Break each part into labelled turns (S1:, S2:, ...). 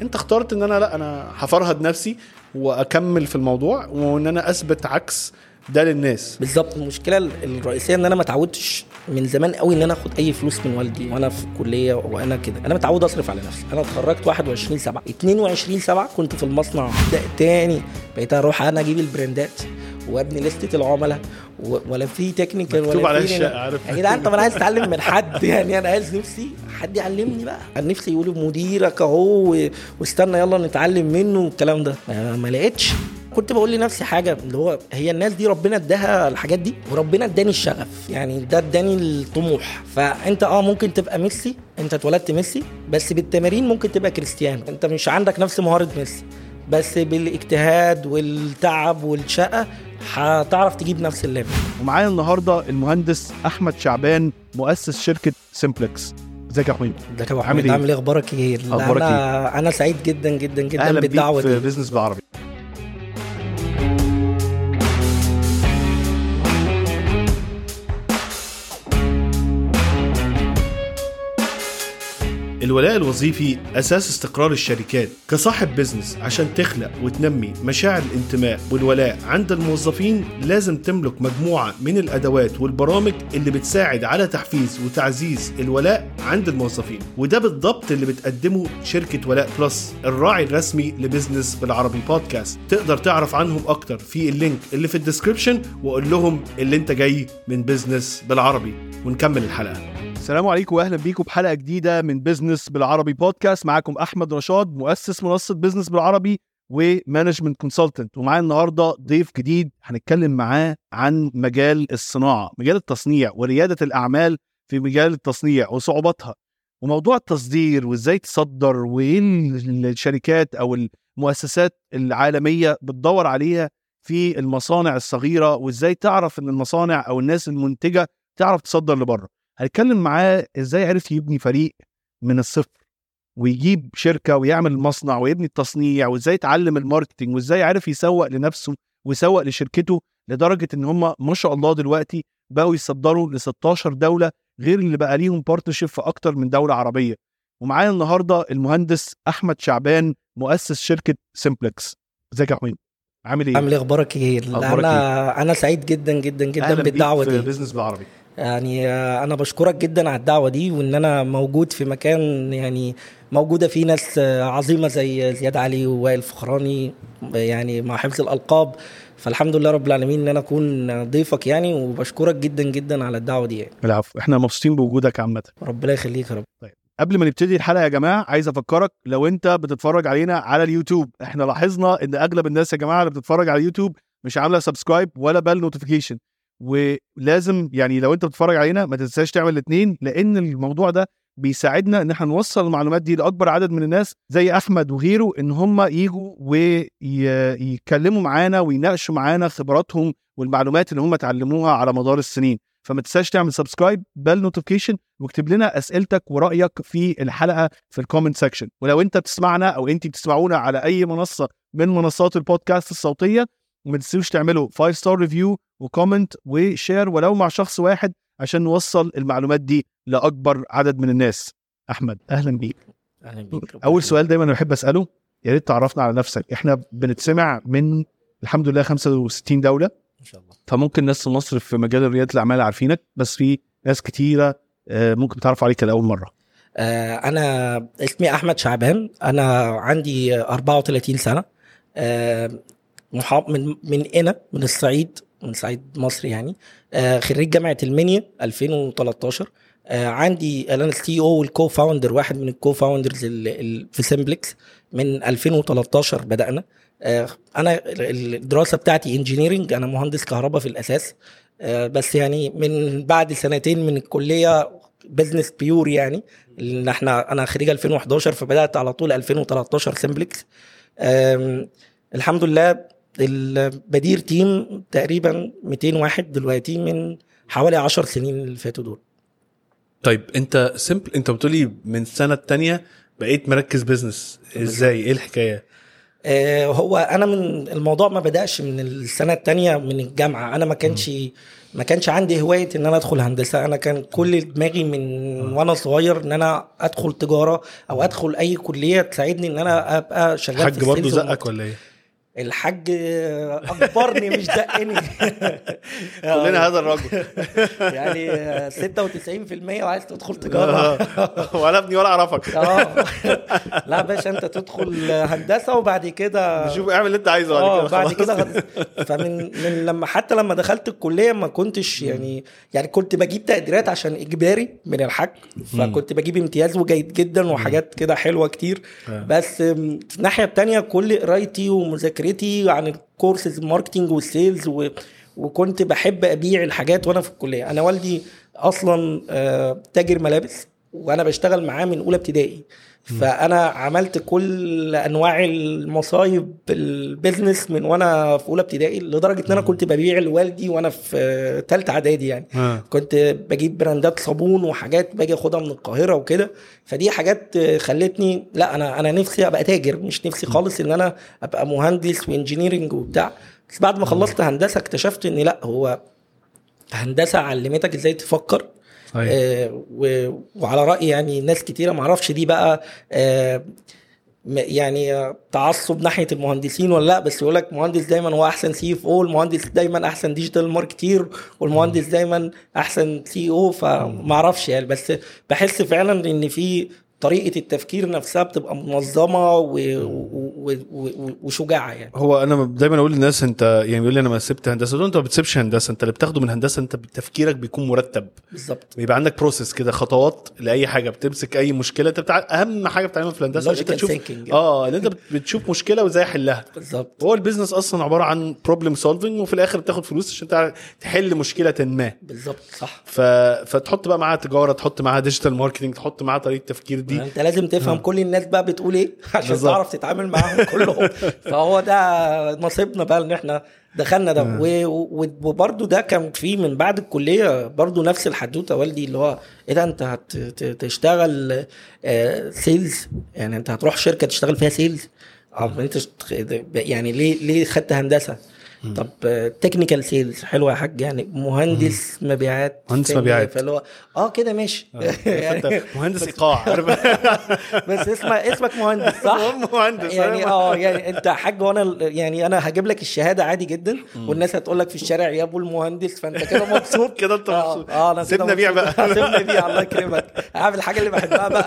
S1: انت اخترت ان انا هفرهد نفسي واكمل في الموضوع وان انا اثبت عكس ده للناس.
S2: بالظبط. المشكله الرئيسيه ان انا ما اتعودتش من زمان قوي ان انا اخد اي فلوس من والدي وانا في الكليه وانا كده. انا متعود اصرف على نفسي. انا اتخرجت 21/7 22/7 كنت في المصنع. تاني بقيت اروح انا اجيب البراندات وابني لستة العملاء ولا في تكنيكال
S1: مكتوب
S2: ولا
S1: على
S2: في
S1: الشقه. عارف
S2: يا جدعان؟ طب انا عايز اتعلم من حد يعني. انا عايز نفسي حد يعلمني بقى. انا نفسي يقولوا مديرك اهو واستنى يلا نتعلم منه والكلام ده. ما لقيتش. كنت بقول لنفسي حاجه اللي هو هي الناس دي ربنا اداها الحاجات دي وربنا اداني الشغف، يعني ده اداني الطموح. فانت ممكن تبقى ميسي، انت اتولدت ميسي بس بالتمارين ممكن تبقى كريستيانو. انت مش عندك نفس مهاره ميسي بس بالاجتهاد والتعب والشقه هتعرف تجيب نفس الليفل.
S3: ومعايا النهارده المهندس احمد شعبان مؤسس شركه سيمبلكس. ازيك يا حميد؟
S2: ازيك يا حميد؟ عامل ايه؟ اخبارك ايه؟ انا سعيد جدا جدا جدا بالدعوه دي.
S3: اهلا بيك في بيزنس بالعربي.
S1: الولاء الوظيفي أساس استقرار الشركات. كصاحب بيزنس عشان تخلق وتنمي مشاعر الانتماء والولاء عند الموظفين لازم تملك مجموعة من الأدوات والبرامج اللي بتساعد على تحفيز وتعزيز الولاء عند الموظفين، وده بالضبط اللي بتقدمه شركة ولاء بلس الراعي الرسمي لبيزنس بالعربي بودكاست. تقدر تعرف عنهم أكتر في اللينك اللي في الديسكريبشن وقول لهم اللي انت جاي من بيزنس بالعربي. ونكمل الحلقة.
S3: السلام عليكم واهلا بيكم بحلقه جديده من بيزنس بالعربي بودكاست. معاكم احمد رشاد مؤسس منصه بيزنس بالعربي ومانجمنت كونسلتنت. ومعايا النهارده ضيف جديد هنتكلم معاه عن مجال الصناعه، مجال التصنيع ورياده الاعمال في مجال التصنيع وصعوباتها وموضوع التصدير وازاي تصدر وايه الشركات او المؤسسات العالميه بتدور عليها في المصانع الصغيره، وازاي تعرف ان المصانع او الناس المنتجه تعرف تصدر لبره. هنتكلم معاه ازاي عرف يبني فريق من الصفر ويجيب شركة ويعمل مصنع ويبني التصنيع، وازاي يتعلم الماركتينج، وازاي عرف يسوق لنفسه ويسوق لشركته لدرجة ان هم ما شاء الله دلوقتي بقوا يصدروا ل 16 دولة غير اللي بقى ليهم بارتنرشيب في اكتر من دولة عربية. ومعايا النهاردة المهندس احمد شعبان مؤسس شركة سيمبلكس. ازيك يا حميد؟ عامل ايه؟
S2: اخبارك ايه؟ انا سعيد جدا جدا جدا بالدعوة دي.
S1: بيزنس بالعربي.
S2: يعني انا بشكرك جدا على الدعوه دي، وان انا موجود في مكان يعني موجوده فيه ناس عظيمه زي زياد علي ووائل فخراني يعني مع حفظ الالقاب. فالحمد لله رب العالمين ان انا اكون ضيفك يعني، وبشكرك جدا جدا على الدعوه دي يعني.
S3: العفو، احنا مبسوطين بوجودك عامه.
S2: ربنا يخليك يا رب.
S3: طيب قبل ما نبتدي الحلقه يا جماعه عايز افكرك لو انت بتتفرج علينا على اليوتيوب، احنا لاحظنا ان اغلب الناس يا جماعه اللي بتتفرج على اليوتيوب مش عامله سبسكرايب ولا بال نوتيفيكيشن، ولازم يعني لو انت بتتفرج علينا ما تنساش تعمل الاثنين، لان الموضوع ده بيساعدنا ان احنا نوصل المعلومات دي لاكبر عدد من الناس زي احمد وغيره، ان هم ييجوا ويتكلموا معانا ويناقشوا معانا خبراتهم والمعلومات اللي هم اتعلموها على مدار السنين. فما تنساش تعمل سبسكرايب بال نوتيفيكيشن واكتب لنا اسئلتك ورايك في الحلقه في الكومنت سيكشن. ولو انت بتسمعنا او انت بتسمعونا على اي منصه من منصات البودكاست الصوتيه، وما تنسوش تعملوا 5 ستار ريفيو وكومنت وشير ولو مع شخص واحد عشان نوصل المعلومات دي لاكبر عدد من الناس. احمد اهلا بيك.
S2: اهلا بيك.
S3: اول سؤال دايما انا بحب اساله، يا ريت تعرفنا على نفسك. احنا بنتسمع من الحمد لله 65 دوله
S2: ان شاء الله،
S3: فممكن ناس في مصر في مجال رياده الاعمال عارفينك، بس في ناس كتيره ممكن تعرف عليك لاول مره.
S2: انا اسمي احمد شعبان، انا عندي 34 سنه، من الصعيد، من صعيد مصر يعني. خريج جامعه المنيا 2013. عندي انا السي او والكو فاوندر، واحد من الكو فاوندرز في سيمبلكس من 2013 بدانا. انا الدراسه بتاعتي انجينيرنج، انا مهندس كهرباء في الاساس، بس يعني من بعد سنتين من الكليه بزنس بيور يعني، اللي انا خريج 2011 فبدات على طول 2013 سيمبلكس. الحمد لله بدير تيم تقريبا 200 واحد دلوقتي من حوالي 10 سنين اللي فاتوا دول.
S1: طيب انت بتقولي من السنه الثانيه بقيت مركز بيزنس، ازاي؟ ايه الحكايه؟
S2: هو انا من الموضوع ما بدأش من السنه الثانيه من الجامعه. انا ما كانش عندي هوايه ان انا ادخل هندسه. انا كان كل دماغي من وانا صغير ان انا ادخل تجاره او ادخل اي كليه تساعدني ان انا ابقى شغال في
S1: الحاج برضه زقك ولا ايه؟
S2: الحاج اكبرني مش دقني.
S3: كلنا هذا الرجل
S2: يعني 96% وعايز تدخل تجاره
S3: ولا ابني ولا اعرفك.
S2: لا باشا انت تدخل هندسه وبعد كده
S3: شوف اعمل اللي انت عايزه
S2: بعد كده. فمن لما دخلت الكليه ما كنتش يعني كنت بجيب تقديرات عشان اجباري من الحاج، فكنت بجيب امتياز وجيد جدا وحاجات كده حلوه كتير. بس في الناحيه التانية كل قرايتي ومذاكرتي عن الكورسز الماركتينج والسيلز وكنت بحب ابيع الحاجات وانا في الكليه. انا والدي اصلا تاجر ملابس وانا بشتغل معاه من اولى ابتدائي، فانا عملت كل انواع المصايب البيزنس من وانا في اولى ابتدائي، لدرجه ان انا كنت ببيع لوالدي وانا في ثالثه اعدادي. يعني كنت بجيب براندات صابون وحاجات باجي اخدها من القاهره وكده. فدي حاجات خلتني لا انا نفسي ابقى تاجر، مش نفسي خالص ان انا ابقى مهندس وانجينيرنج وبتاع. بس بعد ما خلصت هندسه اكتشفت ان لا، هو هندسه علمتك ازاي تفكر. وعلى رأي يعني ناس كتيرة معرفش دي بقى يعني تعصب ناحية المهندسين ولا لا، بس يقولك مهندس دايما هو أحسن CFO، المهندس دايما أحسن ديجيتال ماركتير، والمهندس دايما أحسن CEO. فمعرفش يعني، بس بحس فعلا إن في طريقة التفكير نفسها بتبقى منظمة وشجاعة. يعني
S1: هو انا دايما اقول للناس، انت يعني بيقول لي انا ما سبت هندسه، انت ما بتسيبش هندسه، انت اللي بتاخده من هندسه انت تفكيرك بيكون مرتب
S2: بالظبط،
S1: بيبقى عندك بروسيس كده، خطوات لاي حاجه بتمسك اي مشكله. انت اهم حاجه بتعملها في الهندسه انت تشوف ان انت بتشوف مشكله وازاي حلها.
S2: بالظبط.
S1: هو البيزنس اصلا عباره عن بروبلم سولفنج، وفي الاخر بتاخد فلوس عشان تحل مشكله ما.
S2: بالظبط صح.
S1: فتحط بقى معاها تجاره، تحط معاها ديجيتال ماركتنج، تحط معاها طريقه تفكير دي.
S2: انت لازم تفهم كل الناس بقى بتقول ايه عشان بالزبط. تعرف تتعامل معاهم كلهم. فهو ده نصيبنا بقى ان احنا دخلنا ده. وبرضو ده كان فيه من بعد الكلية برضو نفس الحدوتة. والدي اللي هو ايه ده، انت هتشتغل سيلز؟ يعني انت هتروح شركة تشتغل فيها سيلز؟ انت يعني ليه خدت هندسة؟ طب تكنيكال سيلز حلوه يا حاج، يعني مهندس مبيعات. فاللي هو كده ماشي.
S1: يعني مهندس ايقاع
S2: بس اسمك مهندس صح؟
S1: مهندس
S2: يعني يعني انت حاج، وانا يعني انا هجيب لك الشهاده عادي جدا، والناس هتقول لك في الشارع يا ابو المهندس، فانت كده مبسوط.
S1: كده انت مبسوط. سيبنا بيع بقى.
S2: سيبنا بيع الله يكرمك، اعمل الحاجه اللي بحبها بقى.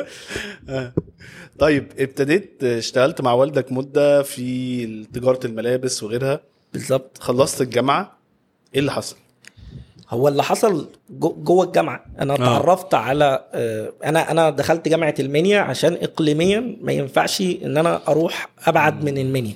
S1: طيب ابتديت اشتغلت مع والدك مده في تجاره الملابس وغيرها.
S2: بالظبط.
S1: خلصت الجامعه، ايه اللي حصل؟
S2: هو اللي حصل جوه الجامعه انا اتعرفت على انا دخلت جامعه المنيا عشان اقليميا ما ينفعش ان انا اروح ابعد من المنيا.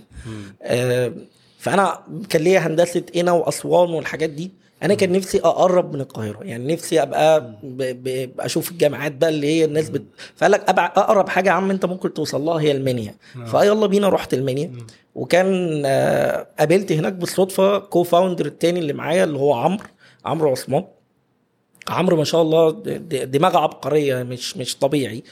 S2: فانا كان ليا هندسه قنا واسوان والحاجات دي. انا كان نفسي اقرب من القاهره، يعني نفسي ابقى اشوف الجامعات بقى اللي هي الناس فقال لك اقرب حاجه يا عم انت ممكن توصل لها هي المنيا. فيلا بينا رحت المنيا. وكان قابلت هناك بالصدفه كو فاوندر التاني اللي معايا اللي هو عمرو عثمان. عمرو ما شاء الله دماغ عبقريه مش طبيعي.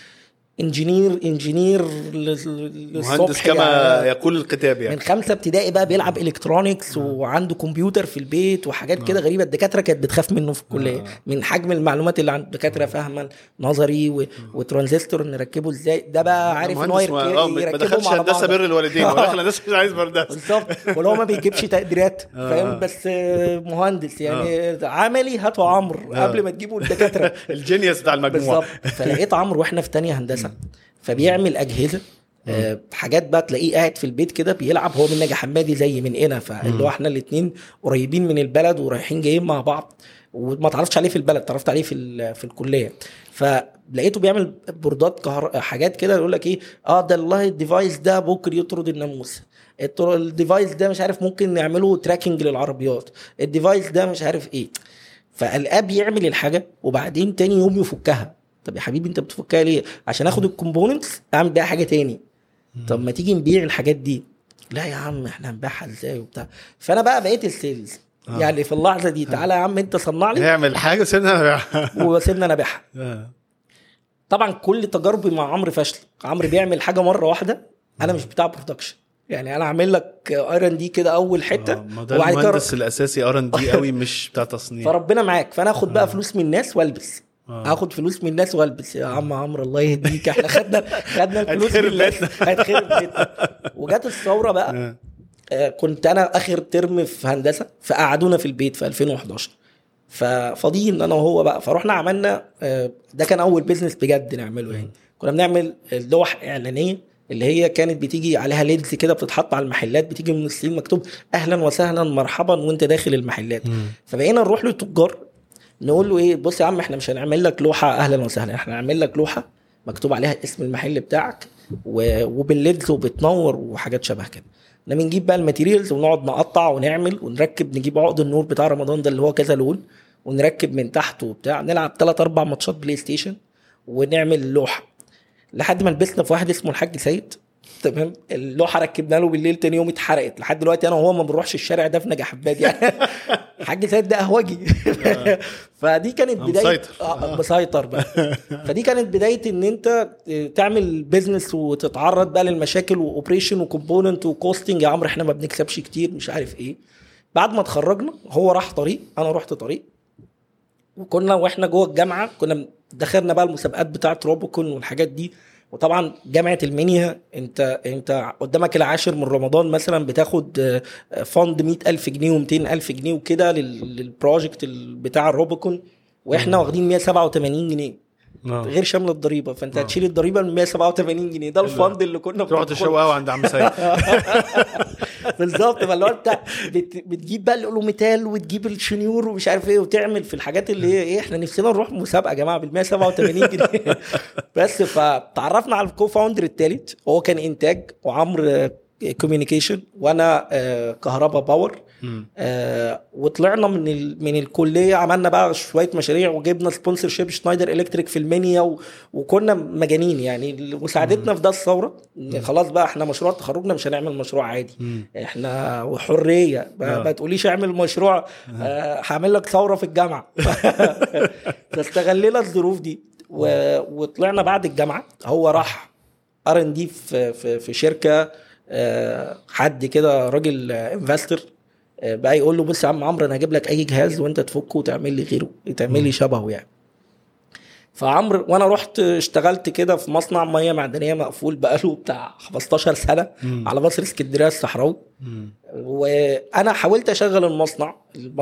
S2: انجينير
S1: مهندس كما يقول الكتاب. يعني
S2: من 5 ابتدائي بقى بيلعب الكترونيكس وعنده كمبيوتر في البيت وحاجات كده غريبه. الدكاتره كانت بتخاف منه في الكليه من حجم المعلومات اللي عند الدكاتره، فاهمه نظري وترانزستور نركبه ازاي. ده بقى عارف ان هو
S1: ما دخلش هندسه بر الوالدين ولا هندسه مش عايز بردس.
S2: بالظبط. ولا هو ما بيجيبش تقديرات فاهم، بس مهندس يعني عملي. هاتوا عمرو قبل ما تجيبوا الدكاتره
S1: الجينيوس بتاع المجموعه.
S2: بالظبط. فلقيت عمرو واحنا في تانية هندسه فبيعمل اجهزه حاجات بقى، تلاقيه قاعد في البيت كده بيلعب. هو من نجا حمادي زي من هنا، فاللي هو احنا الاثنين قريبين من البلد ورايحين جايين مع بعض. وما تعرفتش عليه في البلد، تعرفت عليه في الكليه. فلقيته بيعمل بوردات حاجات كده يقول لك ايه ده الله الديفايس ده ممكن يطرد الناموس، الديفايس ده مش عارف ممكن نعمله تراكنج للعربيات، الديفايس ده مش عارف ايه. فالاب يعمل الحاجه وبعدين تاني يوم يفكها. طب يا حبيبي انت بتفكها ليه؟ عشان اخد الكومبوننتس اعمل بيها حاجه تاني. طب ما تيجي نبيع الحاجات دي. لا يا عم احنا هنبيعها ازاي وبتاع. فانا بقى بقيت السيلز. يعني في اللحظه دي تعالى يا عم انت صنع لي،
S1: اعمل حاجه
S2: وسيبنا انا ابيعها. طبعا كل تجاربي مع عمرو فاشله. عمرو بيعمل حاجه مره واحده، انا مش بتاع برودكشن. يعني انا اعمل لك R&D كده اول حته
S1: ما ده المهندس الاساسي R&D قوي مش بتاع تصنيع.
S2: فربنا معاك، فانا اخد بقى فلوس من الناس والبس. هاخد فلوس من الناس والبس يا عم عمرو الله يهديك، احنا خدنا الفلوس من الناس هيتخرب بيتنا. وجات الثوره بقى كنت انا اخر ترم في هندسه، فقعدونا في البيت في 2011 ففاضيين انا وهو بقى، فروحنا عملنا ده كان اول بيزنس بجد نعمله يعني. كنا بنعمل لوح اعلانيه اللي هي كانت بتيجي عليها ليدز كده بتتحط على المحلات، بتيجي من الصين مكتوب اهلا وسهلا مرحبا وانت داخل المحلات. فبقينا نروح للتجار نقول له ايه، بص يا عم احنا مش هنعمل لك لوحه اهلا وسهلا، احنا هنعمل لك لوحه مكتوب عليها اسم المحل بتاعك وبالليدز وبتنور وحاجات شبه كده. بنجيب بقى الماتيريالز ونقعد نقطع ونعمل ونركب، نجيب عقد النور بتاع رمضان ده اللي هو كذا لون ونركب من تحت وبتاع، نلعب 3-4 ماتشات بلاي ستيشن ونعمل لوحه لحد ما لبسنا في واحد اسمه الحاج سيد. تمام، اللوحه ركبنا له بالليل، تاني يوم اتحرقت. لحد دلوقتي انا وهو ما بنروحش الشارع ده في نجح حباد يعني. الحاج سيد ده قهوجي. فدي كانت بدايه مسيطر بقى. فدي كانت بدايه ان انت تعمل بيزنس وتتعرض بقى للمشاكل واوبريشن وكومبوننت وكوستنج. يا عمرو احنا ما بنكسبش كتير مش عارف ايه. بعد ما اتخرجنا هو راح طريق انا رحت طريق، وكنا واحنا جوه الجامعه كنا دخلنا بقى المسابقات بتاعه روبوكون والحاجات دي. وطبعا جامعه المنيا انت قدامك العاشر من رمضان مثلا بتاخد فند 100,000 جنيه و200,000 جنيه وكده للبروجكت بتاع الروبوكون، واحنا واخدين 187 جنيه غير شامل الضريبه. فانت هتشيل الضريبه من 187 جنيه ده الفند اللي كنا
S1: تروح تشوقه عند عم سيد.
S2: بالظبط. فاللي هو انت بتجيب بقى الالوميتال وتجيب الشنيور ومش عارف ايه وتعمل في الحاجات اللي هي ايه، احنا نفسنا نروح مسابقه يا جماعه بال 187 جنيه. بس فتعرفنا على الكو فاوندر الثالث، هو كان انتاج وعمرو كوميونيكيشن وانا كهرباء باور. وطلعنا من الكليه عملنا بقى شويه مشاريع وجبنا سبونسر شيب شنايدر الكتريك في المنيا وكنا مجانين يعني. مساعدتنا في ده الثوره، خلاص بقى احنا مشروع تخرجنا مش هنعمل مشروع عادي، احنا وحريه ما تقوليش اعمل مشروع هعمل لك ثوره في الجامعه. فاستغلنا الظروف دي وطلعنا بعد الجامعه. هو راح R&D في شركه، حد كده راجل انفستر بقى يقول له بص يا عم عمرو انا هجيب لك اي جهاز وانت تفكه وتعمل لي غيره، تعمل لي شبهه يعني. فعمرو وانا رحت اشتغلت كده في مصنع ميه معدنيه مقفول بقاله بتاع 15 سنه على مصر اسكندريه الصحراوي. وانا حاولت اشغل المصنع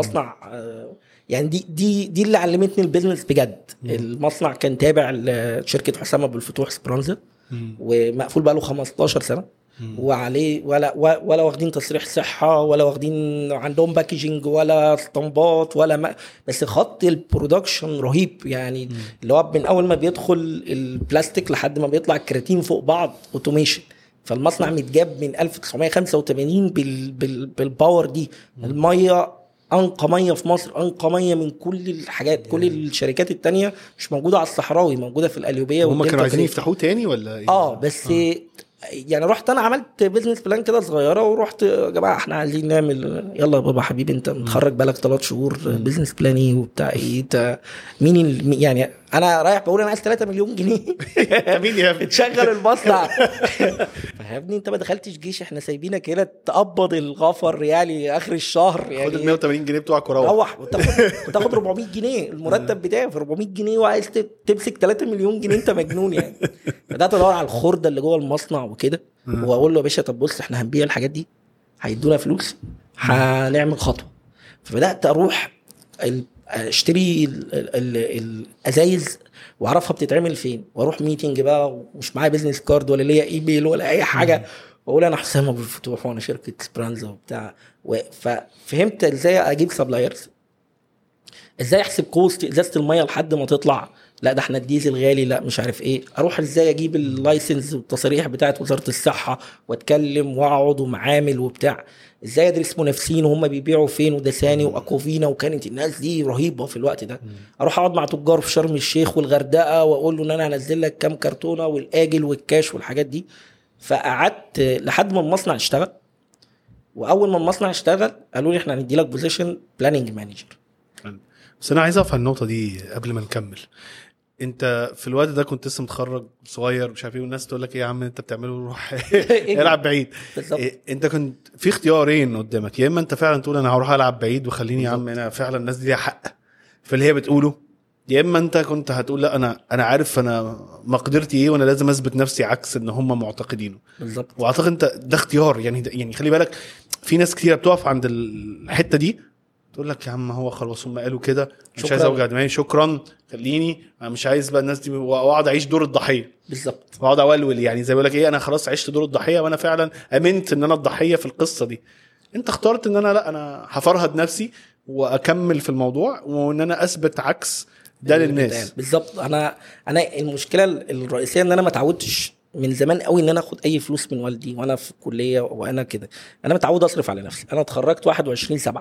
S2: يعني دي اللي علمتني البيزنس بجد. المصنع كان تابع لشركه حسام ابو الفتوح سبرانزا ومقفول بقاله 15 سنه وعليه ولا واخدين تصريح صحه ولا واخدين عندهم باكيجنج ولا اسطمبات ولا بس خط البرودكشن رهيب يعني. اللي هو من اول ما بيدخل البلاستيك لحد ما بيطلع الكراتين فوق بعض اوتوميشن. فالمصنع متجاب من 1985 بالباور دي. الميه انقى ميه في مصر، انقى ميه من كل الحاجات. كل الشركات التانية مش موجوده على الصحراوي، موجوده في القليوبيه.
S1: هم كانوا عايزين يفتحوه تاني ولا ايه؟
S2: بس يعني رحت انا عملت بيزنس بلان كده صغيره ورحت يا جماعه احنا عايزين نعمل، يلا يا بابا حبيبي انت متخرج بالك 3 شهور، بيزنس بلان ايه وبتاع ايه مين يعني انا رايح بقول انا عايز 3 مليون جنيه.
S1: مين يا ابني
S2: تشغل المصنع؟ فهمني انت ما دخلتش جيش، احنا سايبينك هنا تقبض الغفر يعني اخر الشهر يعني.
S1: خد ال 180 جنيه بتوعك وروح
S2: وتاخد 400 جنيه المرتب بتاعي في 400 جنيه وعايز تمسك 3 مليون جنيه، انت مجنون يعني. بدات ادور على الخرده اللي جوه المصنع وكده، واقول له يا باشا طب بص احنا هنبيع الحاجات دي هيدونا فلوس هنعمل خطوه. فبدات اروح اشتري الازايز واعرفها بتتعمل فين، واروح ميتنج بقى ومش معايا بيزنس كارد ولا ليا ايميل ولا اي حاجه، واقول انا حسام ابو الفتوح وانا شركه سبرانزا وبتاع. ففهمت ازاي اجيب سبلايرز، ازاي احسب كوست ازازه الميه لحد ما تطلع لا ده احنا الديزل غالي لا مش عارف ايه. اروح ازاي اجيب اللايسنس والتصاريح بتاعت وزاره الصحه واتكلم واقعد ومعامل وبتاع. ازاي ادرس منافسين وهم بيبيعوا فين ودساني واكوفينا، وكانت الناس دي رهيبه في الوقت ده. اروح اقعد مع تجار في شرم الشيخ والغردقه واقول له ان انا هنزل لك كام كرتونه والاجل والكاش والحاجات دي. فقعدت لحد ما المصنع اشتغل. واول ما المصنع اشتغل قالوا لي احنا هندي لك بوزيشن بلاننج مانجر.
S1: بس انا عايز اقف على النقطه دي قبل ما نكمل. انت في الوقت ده كنت لسه متخرج صغير مش عارف ايه، والناس تقول لك ايه يا عم انت بتعمله، روح العب بعيد. انت كنت في اختيارين قدامك، يا اما انت فعلا تقول انا هروح العب بعيد وخليني يا عم انا فعلا الناس دي ليها حق في اللي هي بتقوله، يا اما انت كنت هتقول لا انا عارف انا مقدرتي ايه وانا لازم اثبت نفسي عكس ان هم معتقدينه.
S2: بالظبط.
S1: واعتقد انت ده اختيار يعني خلي بالك في ناس كتير بتقف عند الحته دي تقول لك يا عم هو خلاص هم قالوا كده مش عايز اوجع دماغي، شكرا خليني انا مش عايز بقى الناس دي واقعد اعيش دور الضحيه.
S2: بالظبط.
S1: واقعد اولول يعني زي ما بقول لك ايه، انا خلاص عشت دور الضحيه وانا فعلا امنت ان انا الضحيه في القصه دي. انت اخترت ان انا لا انا هفرهد نفسي واكمل في الموضوع وان انا اثبت عكس ده للناس.
S2: بالظبط. انا المشكله الرئيسيه ان انا ما اتعودتش من زمان قوي ان انا اخد اي فلوس من والدي وانا في الكليه وانا كده. انا متعود اصرف على نفسي. انا اتخرجت 21/7،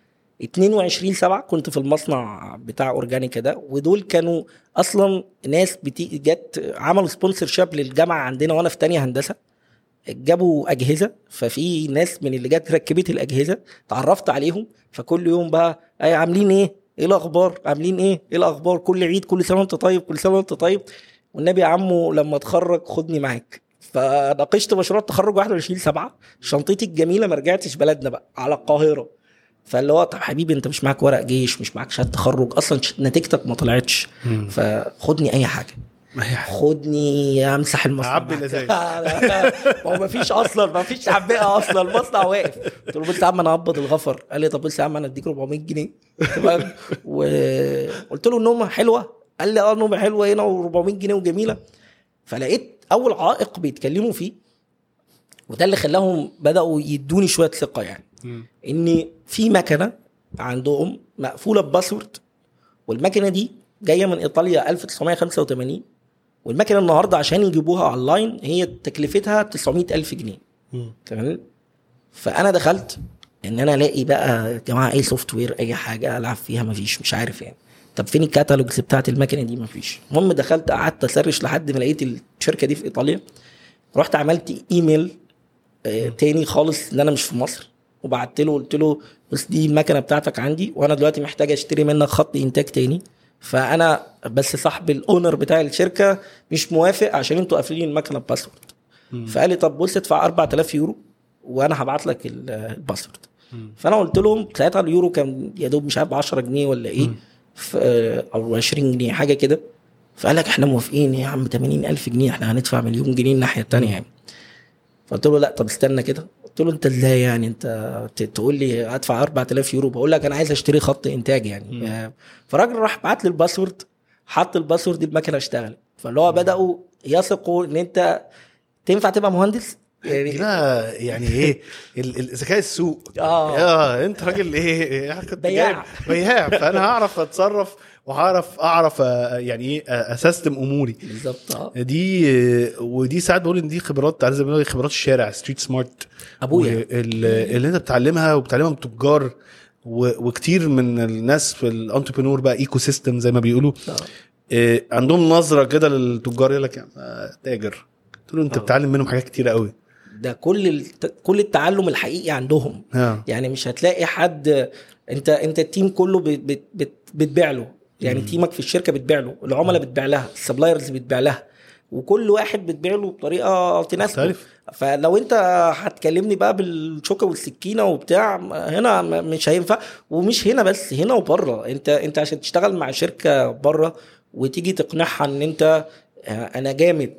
S2: 22/7 كنت في المصنع بتاع اورجانيكا ده، ودول كانوا اصلا ناس جت عملوا سبونسر شاب للجامعه عندنا وانا في تانية هندسه، جابوا اجهزه، ففي ناس من اللي جت ركبت الاجهزه تعرفت عليهم، فكل يوم بقى اي عاملين ايه الاخبار، عاملين ايه الاخبار، كل عيد كل سنه وانت طيب، كل سنه وانت طيب، والنبي يا عمو لما اتخرج خدني معاك. فناقشت مشروع التخرج 21/7، شنطتي الجميله ما رجعتش بلدنا بقى على القاهره. فاللي هو طب حبيبي انت مش معاك ورق جيش، مش معاك شهاده تخرج، اصلا نتيجتك ما طلعتش، فخدني اي حاجه، خدني امسح المصنع
S1: عبي الازاز.
S2: ما هو مفيش اصلا، مفيش عبئه اصلا، المصنع واقف. قلت له بص يا عم انا هقبض الغفر. قال لي طب بص يا عم انا اديك 400 جنيه تمام. وقلت له النومه حلوه، قال لي النومه حلوه هنا و400 جنيه وجميله. فلقيت اول عائق بيتكلموا فيه، وده اللي خلاهم بداوا يدوني شويه ثقه يعني، ان في مكنه عندهم مقفوله بباسورد، والمكنه دي جايه من ايطاليا 1985، والمكنه النهارده عشان يجيبوها اونلاين هي تكلفتها 900,000 جنيه. تمام. فانا دخلت ان انا الاقي بقى يا جماعه اي سوفت وير اي حاجه العب فيها، مفيش، مش عارف يعني. طب فين الكاتالوجز بتاعت المكنه دي؟ مفيش. المهم دخلت قعدت اسرش لحد ما لقيت الشركه دي في ايطاليا. رحت عملت ايميل تاني خالص ان انا مش في مصر، وبعت له قلت له بس دي المكنه بتاعتك عندي وانا دلوقتي محتاج اشتري منك خط انتاج تاني، فانا بس صاحب الاونر بتاع الشركه مش موافق عشان انتوا قافلين المكنه بباسورد. فقال لي طب بص ادفع 4000 يورو وانا هبعت لك الباسورد. فانا قلت لهم ساعتها اليورو كان يا دوب مش عارف 10 جنيه ولا ايه او 20 جنيه حاجه كده. فقال لك احنا موافقين يا عم 80,000 جنيه، احنا هندفع 1,000,000 جنيه الناحيه الثانيه يعني. فقلت له لا طب استنى كده. قلت له انت ازاي يعني انت تقول لي ادفع 4000 يورو؟ بقول لك انا عايز اشتري خط انتاج يعني. فالراجل راح بعت لي الباسورد، حط الباسورد، المكنه اشتغلت. فاللي هو بداوا يثقوا ان انت تنفع تبقى مهندس
S1: يعني. لا يعني ايه الذكاء السوق. انت راجل ايه
S2: بياع
S1: فانا هعرف اتصرف وهعرف يعني ايه اسستم اموري
S2: بالظبط.
S1: ودي ساعات بقول ان دي خبرات زي ما بيقولوا خبرات الشارع، ستريت سمارت
S2: ابويا
S1: اللي انت بتعلمها وبتعلمها من تجار وكتير من الناس في الانتربرنور بقى ايكو سيستم زي ما بيقولوا. عندهم نظره كده للتجار يقول لك تاجر. قلت له انت بتتعلم منهم حاجات كتيره قوي.
S2: ده كل التعلم الحقيقي عندهم. يعني مش هتلاقي حد، انت التيم كله بتبيع له يعني. تيمك في الشركه بتبيع له، العملاء بتبيع لها، السبلايرز بتبيع لها، وكل واحد بتبيع له بطريقه تناسبه. فلو انت هتكلمني بقى بالشوكه والسكينه وبتاع هنا مش هينفع. ومش هنا بس، هنا وبره. انت عشان تشتغل مع شركه بره وتيجي تقنعها ان انت انا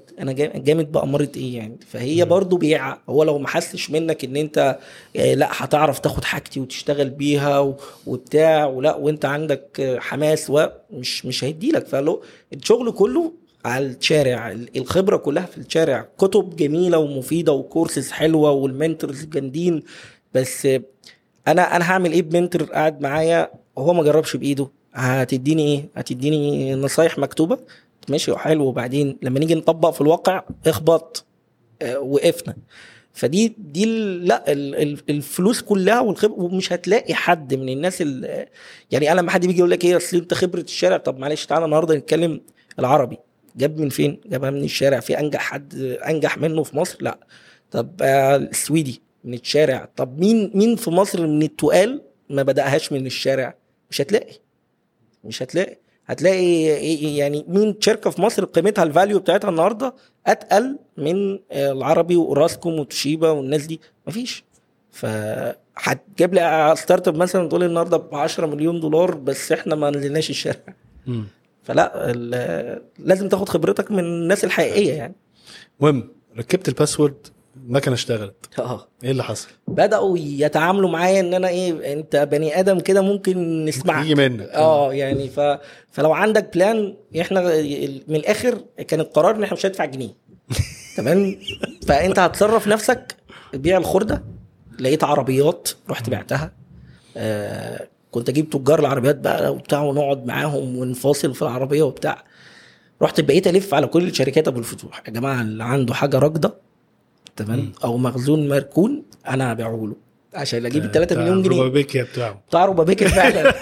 S2: جامد بقى مرت ايه يعني. فهي برضو بيع. هو لو ما حسش منك ان انت لا هتعرف تاخد حاجتي وتشتغل بيها وبتاع ولا وانت عندك حماس ومش هيديلك. فلو الشغل كله على الشارع، الخبرة كلها في الشارع، كتب جميلة ومفيدة وكورسز حلوة والمنتورز جامدين. بس انا هعمل ايه بمنتور قاعد معايا وهو ما جربش بايده؟ هتديني ايه؟ هتديني نصايح مكتوبة ماشي وحلو، وبعدين لما نيجي نطبق في الواقع اخبط وقفنا. فدي لا الفلوس كلها والخبره. ومش هتلاقي حد من الناس يعني انا لما حد بيجي يقول لك ايه اصل انت خبره الشارع، طب معلش تعالى النهارده نتكلم العربي. جاب من فين؟ جابها من الشارع. في انجح حد انجح منه في مصر؟ لا. طب السويدي من الشارع. طب مين في مصر من التقال ما بدأهاش من الشارع؟ مش هتلاقي. هتلاقي يعني مين شركه في مصر قيمتها الفاليو بتاعتها النهارده اتقل من العربي واوراسكوم وتوشيبا والناس دي؟ مفيش. فهتجيب لي ستارت اب مثلا تقول النهارده ب 10 مليون دولار بس احنا ما نزلناش الشارع. فلا لازم تاخد خبرتك من الناس الحقيقيه يعني.
S1: المهم ركبت الباسورد، المكنه اشتغلت، ايه اللي حصل؟
S2: بداوا يتعاملوا معايا ان انا ايه، انت بني ادم كده ممكن نسمعك
S1: يجي منك.
S2: يعني فلو عندك بلان، احنا من الاخر كان القرار ان احنا مش هندفع جنيه تمام. فانت هتصرف نفسك، بيع الخرده. لقيت عربيات رحت بعتها. كنت اجيب تجار العربيات بقى وبتاع ونقعد معاهم ونفاصل في العربيه وبتاع. رحت بقيت الف على كل الشركات ابو الفتوح، يا جماعه اللي عنده حاجه راكده تمام او مخزون مركون انا هبيعه له عشان اجيب ال 3 مليون جنيه
S1: روبابيكيا بتاعه
S2: روبابيكيا فعلا.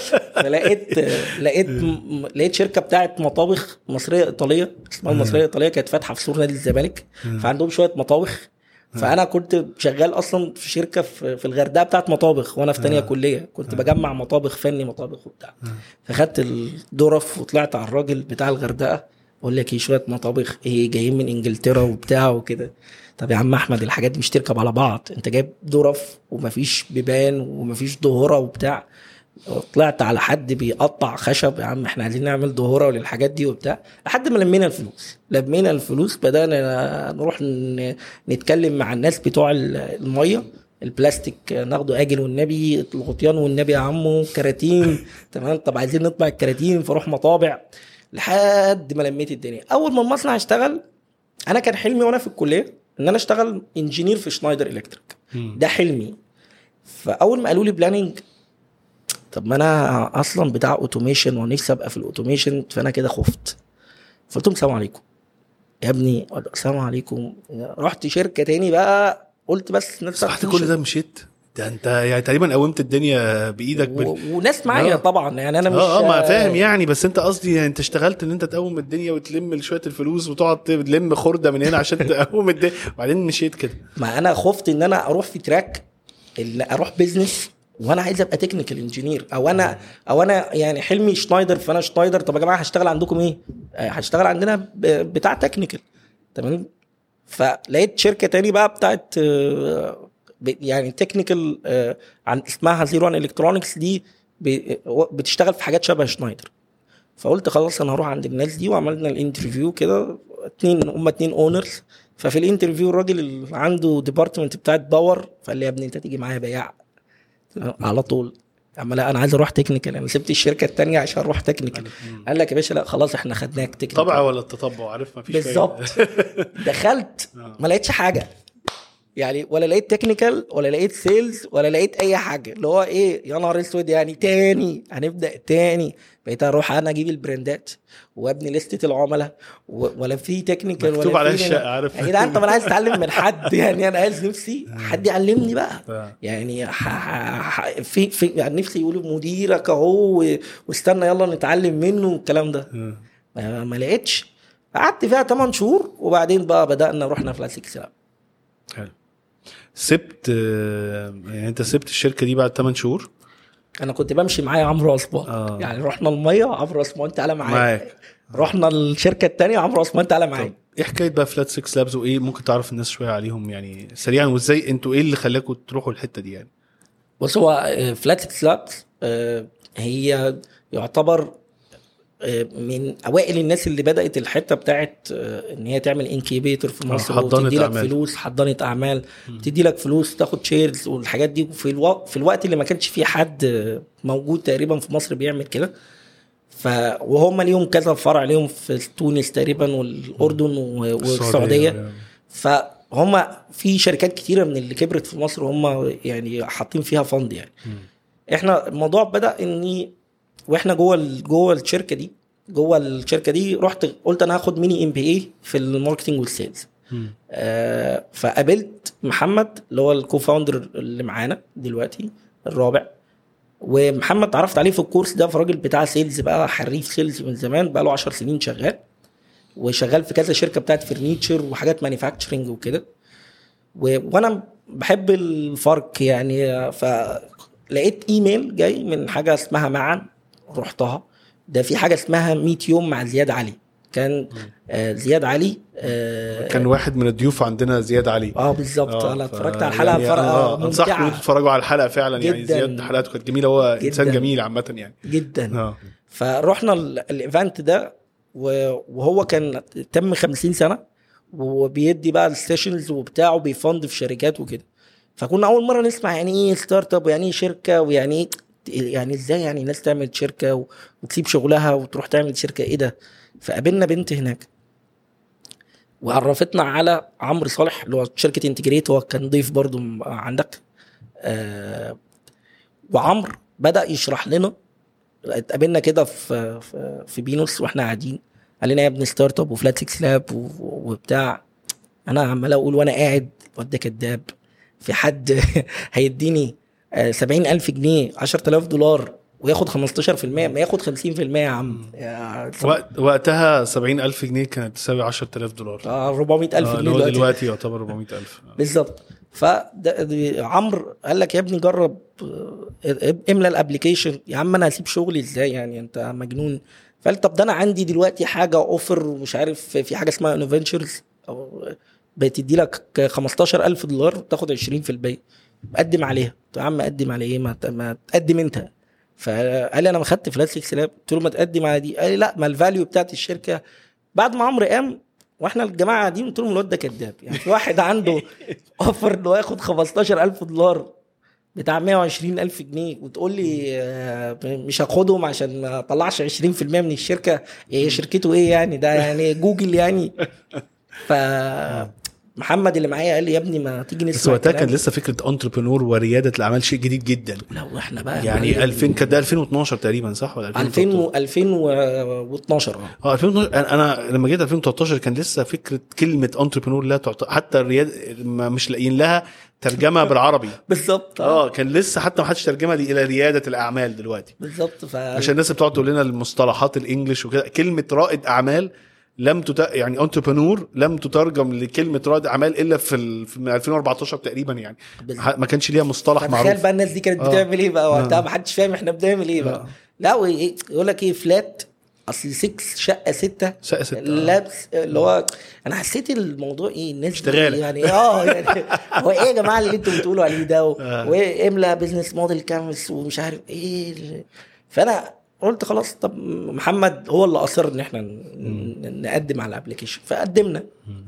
S2: لقيت شركه بتاعت مطابخ مصريه ايطاليه اسمها المصريه ايطاليه، كانت فاتحه في سور نادي الزمالك، فعندهم شويه مطابخ. فانا كنت شغال اصلا في شركه في الغردقه بتاعت مطابخ وانا في تانية كليه، كنت بجمع مطابخ فني مطابخ وبتاع. فخدت الدرف وطلعت على الراجل بتاع الغردقه، اقول لك ايه شويه مطابخ ايه جايين من انجلترا وبتاع وكده. طب يا عم احمد الحاجات دي مش تركب على بعض، انت جايب درف ومفيش بيبان ومفيش ظهوره وبتاع. طلعت على حد بيقطع خشب، يا عم احنا عايزين نعمل ظهوره للحاجات دي وبتاع. لحد ما لمينا الفلوس بدأنا نروح نتكلم مع الناس بتوع الميه البلاستيك، ناخده اجل والنبي، الغطيان والنبي يا عمو، كراتين تمام. طب عايزين نطبع الكراتين، فروح مطابع لحد ما لميت الدنيا. اول ما المصنع اشتغل، انا كان حلمي وانا في الكليه ان انا اشتغل انجينير في شنايدر الكتريك، ده حلمي. فاول ما قالوا لي بلاننج، طب ما انا اصلا بتاع اوتوميشن ونفسي ابقى في الاوتوميشن، فانا كده خفت. فقلت لهم السلام عليكم يا ابني، السلام عليكم. رحت شركه تاني بقى، قلت بس نفسي
S1: صحت كل ده مشيت. ده انت يعني تقريبا قومت الدنيا بايدك
S2: وناس معايا طبعا يعني انا مش
S1: ما فاهم يعني، بس انت قصدي يعني انت اشتغلت ان انت تقوم الدنيا وتلم شويه الفلوس وتقعد تلم خرده من هنا عشان تقوم الدنيا، وبعدين مشيت كده.
S2: ما انا خفت ان انا اروح في تراك اللي اروح بيزنس وانا عايز ابقى تكنيكال انجينير، او انا يعني حلمي شنايدر، فانا شنايدر. طب يا جماعه هشتغل عندكم ايه؟ هشتغل عندنا بتاع تكنيكال تمام. فلقيت شركه تاني بقى بتاعت يعني تكنيكال عن اسمها 01 الكترونكس، دي بتشتغل في حاجات شبه شنايدر. فقلت خلاص انا هروح عند الناس دي، وعملنا الانترفيو كده، اتنين اونرز. ففي الانترفيو الراجل اللي عنده ديبارتمنت بتاعت باور فقال لي يا ابني انت تيجي معايا بياع على طول. اما لا انا عايز اروح تكنيكال، انا سبت الشركه الثانيه عشان اروح تكنيكال. قال لك يا باشا لا خلاص احنا خدناك تكنيكال.
S1: طبعا ولا التطبع، عارف ما فيش
S2: بالظبط. دخلت ما لقيتش حاجه يعني، ولا لقيت تكنيكال ولا لقيت سيلز ولا لقيت اي حاجه. اللي هو ايه يا نهار اسود يعني، تاني هنبدا تاني. بقيت اروح انا اجيب البراندات وابني لستة العملاء، ولا في تكنيكال ولا
S1: مكتوب على الشقه، عارف
S2: يعني. ده انت، انا عايز اتعلم من حد يعني، انا عايز نفسي حد يعلمني بقى يعني. في يعني نفسي يقولوا مديرك اهو واستنى يلا نتعلم منه والكلام ده. ما لقيتش. قعدت فيها 8 شهور وبعدين بقى بدأنا رحنا في لاسيك سلام.
S1: حلو. سبت يعني انت سبت الشركه دي بعد 8 شهور؟
S2: انا كنت بمشي معايا عمرو عثمان يعني، رحنا الميه عمرو عثمان تعالى معايا، رحنا الشركه الثانيه عمرو عثمان تعالى معايا.
S1: ايه حكايه بقى فلات 6 لابز، وايه ممكن تعرف الناس شويه عليهم يعني سريعا، وازاي انتوا ايه اللي خلاكم تروحوا الحته دي يعني؟
S2: بص، هو فلات 6 لابز هي يعتبر من اوائل الناس اللي بدات الحته بتاعت ان هي تعمل انكيبيتور في مصر، وتدي لك فلوس، حضانه اعمال، تدي لك فلوس تاخد شيرز والحاجات دي. في الوقت اللي ما كانش فيه حد موجود تقريبا في مصر بيعمل كده. وهم ليهم كذا فرع، ليهم في تونس تقريبا والاردن والسعوديه. فهم في شركات كتيره من اللي كبرت في مصر هم يعني حاطين فيها فند يعني. احنا الموضوع بدا اني واحنا جوه الشركه دي رحت قلت انا هاخد ميني MBA في الماركتنج والسيلز. فقابلت محمد اللي هو الكوفاوندر اللي معانا دلوقتي الرابع، ومحمد تعرفت عليه في الكورس ده، في راجل بتاع سيلز بقى، حريف سيلز من زمان، بقى له 10 سنين شغال، وشغال في كذا شركه بتاعت فرنيتشر وحاجات مانيفاكتشرنج وكده. وانا بحب الفرق يعني. فلقيت ايميل جاي من حاجه اسمها معا، رحتها ده في حاجه اسمها 100 يوم مع زياد علي. كان زياد علي
S1: كان واحد من الضيوف عندنا، زياد علي.
S2: بالظبط. انا اتفرجت على الحلقه
S1: يعني انصحكم تتفرجوا على الحلقه فعلا
S2: جداً.
S1: يعني زياد حلقاته كانت جميله، هو انسان جميل عامه يعني
S2: جدا. فروحنا الايفنت ده وهو كان تم 50 سنه وبيدي بقى السيشنز وبتاعه، بيفند في شركات وكده. فكنا اول مره نسمع يعني ايه ستارت اب ويعني ايه شركه ويعني ايه، يعني ازاي يعني ناس تعمل شركه وتسيب شغلها وتروح تعمل شركه، ايه ده. فقابلنا بنت هناك وعرفتنا على عمرو صالح اللي هو شركه انتجريت، هو كان ضيف برضو عندك. وعمرو بدا يشرح لنا. اتقابلنا كده في بينوس واحنا قاعدين، قال لنا يا ابني ستارت اب وفلات 6 لاب وبتاع. انا عمال اقول وانا قاعد وده كداب، في حد هيديني 70,000 جنيه $10,000 وياخد 15%؟ ما ياخد 50% يا عم.
S1: وقتها 70,000 جنيه كانت تساوي $10,000.
S2: 400,000 جنيه
S1: دلوقتي يعتبر 400,000
S2: بالظبط. فعمرو قال لك يا ابني جرب املى الابليكيشن. يا عم انا هسيب شغلي ازاي يعني، انت مجنون. فقال طب ده انا عندي دلوقتي حاجه اوفر ومش عارف، في حاجه اسمها انوفنتشرز بتدي لك $15,000 وتاخد 20%، قدم عليها. يا عم اقدم على ايه؟ ما تقدم انت. فقال لي انا ما خدت فلات 6 لاب. قلت له ما تقدم على دي. قال لي لا، ما الفاليو بتاعت الشركه. بعد ما عمرو قام واحنا الجماعه قاعدين، قلت لهم الواد ده كداب. يعني في واحد عنده اوفر انه ياخد $15,000 بتاع 120,000 جنيه وتقول لي مش هاخدهم عشان ما اطلعش 20% من الشركه؟ هي شركته ايه يعني؟ ده يعني جوجل يعني. محمد اللي معايا قال لي يا ابني ما تيجي نسمع.
S1: بس وقتها كان لسه فكره انتربرنور ورياده الاعمال شيء جديد جدا.
S2: لو احنا بقى
S1: يعني 2000 كان ده 2012 تقريبا صح ولا
S2: 2012
S1: 2012. انا لما جيت 2013 كان لسه فكره كلمه انتربرنور لا حتى الرياده مش لاقيين لها ترجمه بالعربي.
S2: بالظبط.
S1: كان لسه حتى ما حدش ترجمها دي الى رياده الاعمال دلوقتي.
S2: بالظبط.
S1: عشان الناس بتقعد تقول لنا المصطلحات الانجليش وكده، كلمه رائد اعمال يعني انتربرنور لم تترجم لكلمه رائد اعمال الا في 2014 تقريبا يعني. ما كانش ليها مصطلح معروف.
S2: تخيل بقى الناس دي كانت بتعمل ايه بقى وقتها؟ ما حدش فاهم احنا بنعمل ايه بقى. لا يقول لك ايه فلات اصل 6 شقه 6 لابس اللي هو انا حسيت الموضوع ايه الناس
S1: اشتغال
S2: يعني يعني هو ايه يا جماعه اللي انتوا بتقولوا عليه ده واملى بزنس موديل كانفاس ومش عارف ايه. فانا قلت خلاص طب محمد هو اللي اصر ان احنا نقدم على الابليكيشن. فقدمنا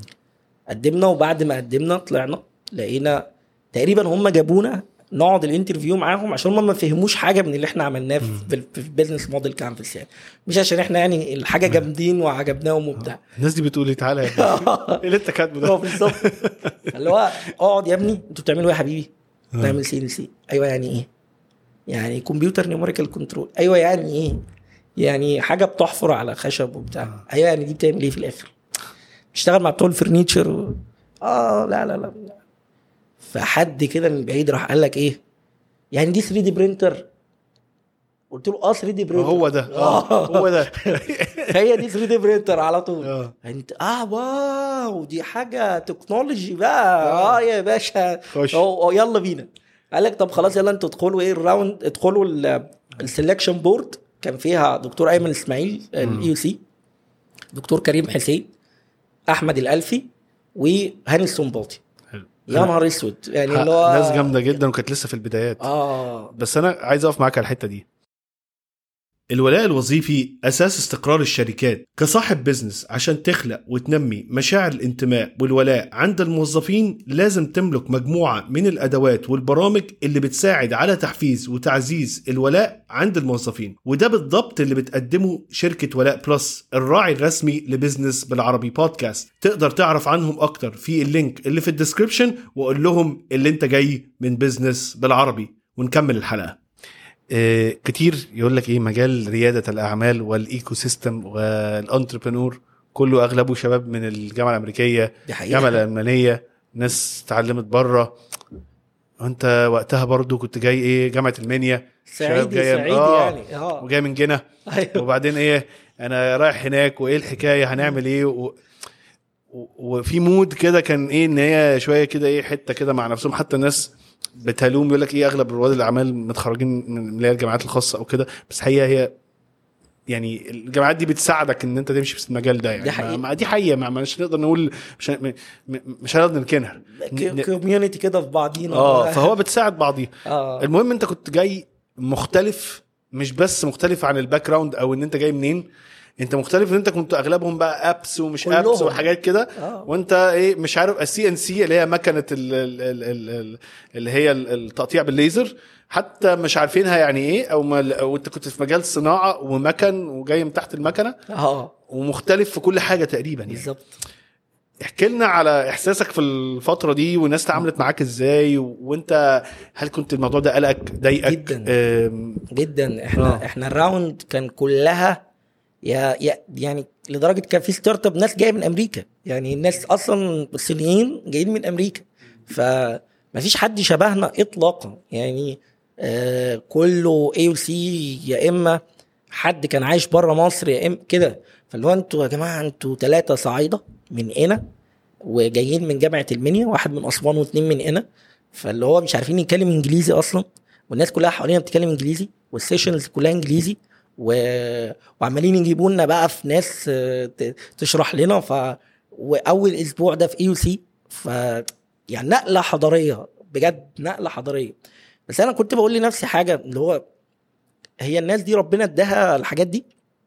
S2: وبعد ما قدمنا طلعنا لقينا تقريبا هم جابونا نقعد الانترفيو معاهم عشان هم ما فهموش حاجه من اللي احنا عملناه في بيزنس موديل كانفاس يعني، مش عشان احنا يعني الحاجه جامدين وعجبناهم وبتاع.
S1: الناس دي بتقول لي تعالى يا ابني اللي انت كاتبه ده
S2: بالظبط. اللي هو اقعد يا ابني انتوا بتعملوا ايه يا حبيبي؟ بنعمل CNC. ايوه يعني ايه؟ يعني كمبيوتر نيوميريكال كنترول. ايوه يعني ايه؟ يعني حاجه بتحفر على خشب وبتاع. ايوه يعني دي بتعمل ايه في الاخر؟ بتشتغل مع بتوع الفرنيتشر لا. فحد كده من بعيد راح قال لك ايه يعني دي 3D برينتر؟ قلت له 3D برينتر
S1: هو ده هو ده
S2: هي دي 3D برينتر على طول. انت واو دي حاجه تكنولوجي بقى. يا باشا يلا بينا. قال لك طب خلاص يلا انتوا ادخلوا ايه الراوند، ادخلوا السلكشن بورد. كان فيها دكتور ايمن اسماعيل الEOC، دكتور كريم حسين، احمد الالفي، وهاني السنباطي. يا نهار اسود يعني اللي هو
S1: ناس جامده جدا وكانت لسه في البدايات. بس انا عايز اقف معاك على الحته دي. الولاء الوظيفي أساس استقرار الشركات. كصاحب بزنس عشان تخلق وتنمي مشاعر الانتماء والولاء عند الموظفين لازم تملك مجموعة من الأدوات والبرامج اللي بتساعد على تحفيز وتعزيز الولاء عند الموظفين، وده بالضبط اللي بتقدمه شركة ولاء بلس الراعي الرسمي لبزنس بالعربي بودكاست. تقدر تعرف عنهم أكتر في اللينك اللي في الديسكريبشن، وقول لهم اللي انت جاي من بزنس بالعربي. ونكمل الحلقة. كتير يقول لك ايه مجال ريادة الأعمال والإيكو سيستم والانتربرنور كله أغلبه شباب من الجامعة الأمريكية، الجامعة الألمانية، ناس تعلمت بره. وانت وقتها برضو كنت جاي ايه جامعة المنيا،
S2: سعيد يعني
S1: وجاي من جنة. وبعدين ايه انا رايح هناك وايه الحكاية هنعمل ايه وفي مود كده كان ايه ان هي شوية كده ايه حتة كده مع نفسهم. حتى الناس بتهلوم يقول لك ايه اغلب رواد الاعمال متخرجين من اللي هي الجامعات الخاصه او كده، بس هي يعني الجامعات دي بتساعدك ان انت تمشي في المجال ده يعني. دي حقيقه مش نقدر نقول مش هنقدر ننكرها،
S2: كوميونتي كده في بعضينا.
S1: فهو بتساعد بعضيها. المهم انت كنت جاي مختلف، مش بس مختلف عن الباك جراوند او ان انت جاي منين، انت مختلف ان انت كنت اغلبهم بقى ابس ومش ابس وحاجات كده. وانت ايه مش عارف السي ان سي اللي هي مكنه اللي هي التقطيع بالليزر، حتى مش عارفينها يعني ايه، او انت كنت في مجال الصناعه ومكن وجاي من تحت المكنه ومختلف في كل حاجه تقريبا يعني.
S2: بالظبط.
S1: احكي لنا على احساسك في الفتره دي والناس تعاملت معاك ازاي، وانت هل كنت الموضوع ده قلقك ضايقك؟
S2: جدا. احنا الراوند كان كلها يعني لدرجه كان في ستارت اب ناس جايه من امريكا، يعني الناس اصلا الصينيين جايين من امريكا، فما فيش حد شبهنا اطلاقا يعني. كله اي سي، يا اما حد كان عايش بره مصر يا اما كده. فاللي هو انتوا يا جماعه انتوا 3 صعايده من هنا وجايين من جامعه المنيا، واحد من اسوان و2 من هنا، فاللي هو مش عارفين يتكلم انجليزي اصلا، والناس كلها حوالينا بتتكلم انجليزي والسيشنز كلها انجليزي، وعمالين يجيبوا لنا بقى في ناس تشرح لنا. واول اسبوع ده في اي سي، يعني نقله حضاريه بجد، نقله حضاريه. بس انا كنت بقول لنفسي حاجه، اللي هو هي الناس دي ربنا اداها الحاجات دي،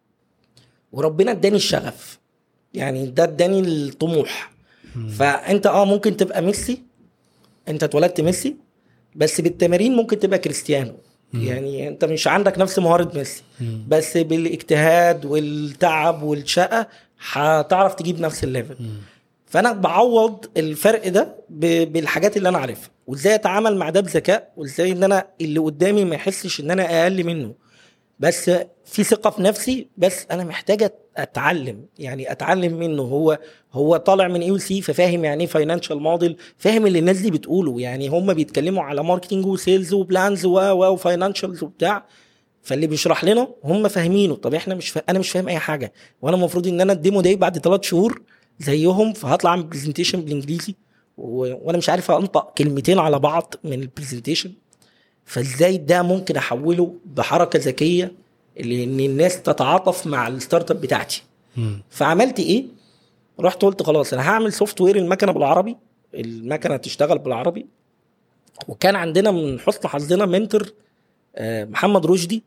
S2: وربنا اداني الشغف، يعني ده اداني الطموح. فانت ممكن تبقى ميسي، انت اتولدت ميسي، بس بالتمارين ممكن تبقى كريستيانو. يعني انت مش عندك نفس مهارة ميسي، بس بالاجتهاد والتعب والشقة هتعرف تجيب نفس الليفل. فانا بعوض الفرق ده بالحاجات اللي انا عارفها، وازاي اتعامل مع ده بذكاء، وازاي ان انا اللي قدامي ما يحسش ان انا اقل منه، بس في ثقة في نفسي. بس انا محتاجة اتعلم، يعني اتعلم منه. هو طالع من اي سي، ففاهم يعني ايه فاينانشال موديل، فاهم اللي الناس دي بتقوله، يعني هم بيتكلموا على ماركتنج وسيلز وبلانز وفاينانشالز وبتاع، فاللي بيشرح لنا هم فاهمينه. طب احنا انا مش فاهم اي حاجة، وانا المفروض ان انا الديمو داي بعد 3 شهور زيهم، فهطلع اعمل برزنتيشن بالانجليزي وانا مش عارف انطق كلمتين على بعض من البرزنتيشن. فازاي ده ممكن احوله بحركة ذكية ان الناس تتعاطف مع الستارت اب بتاعتي؟ فعملت ايه؟ رحت قلت خلاص انا هعمل سوفت وير المكنه بالعربي، المكنه تشتغل بالعربي. وكان عندنا من حسن حظنا منتور محمد رشدي،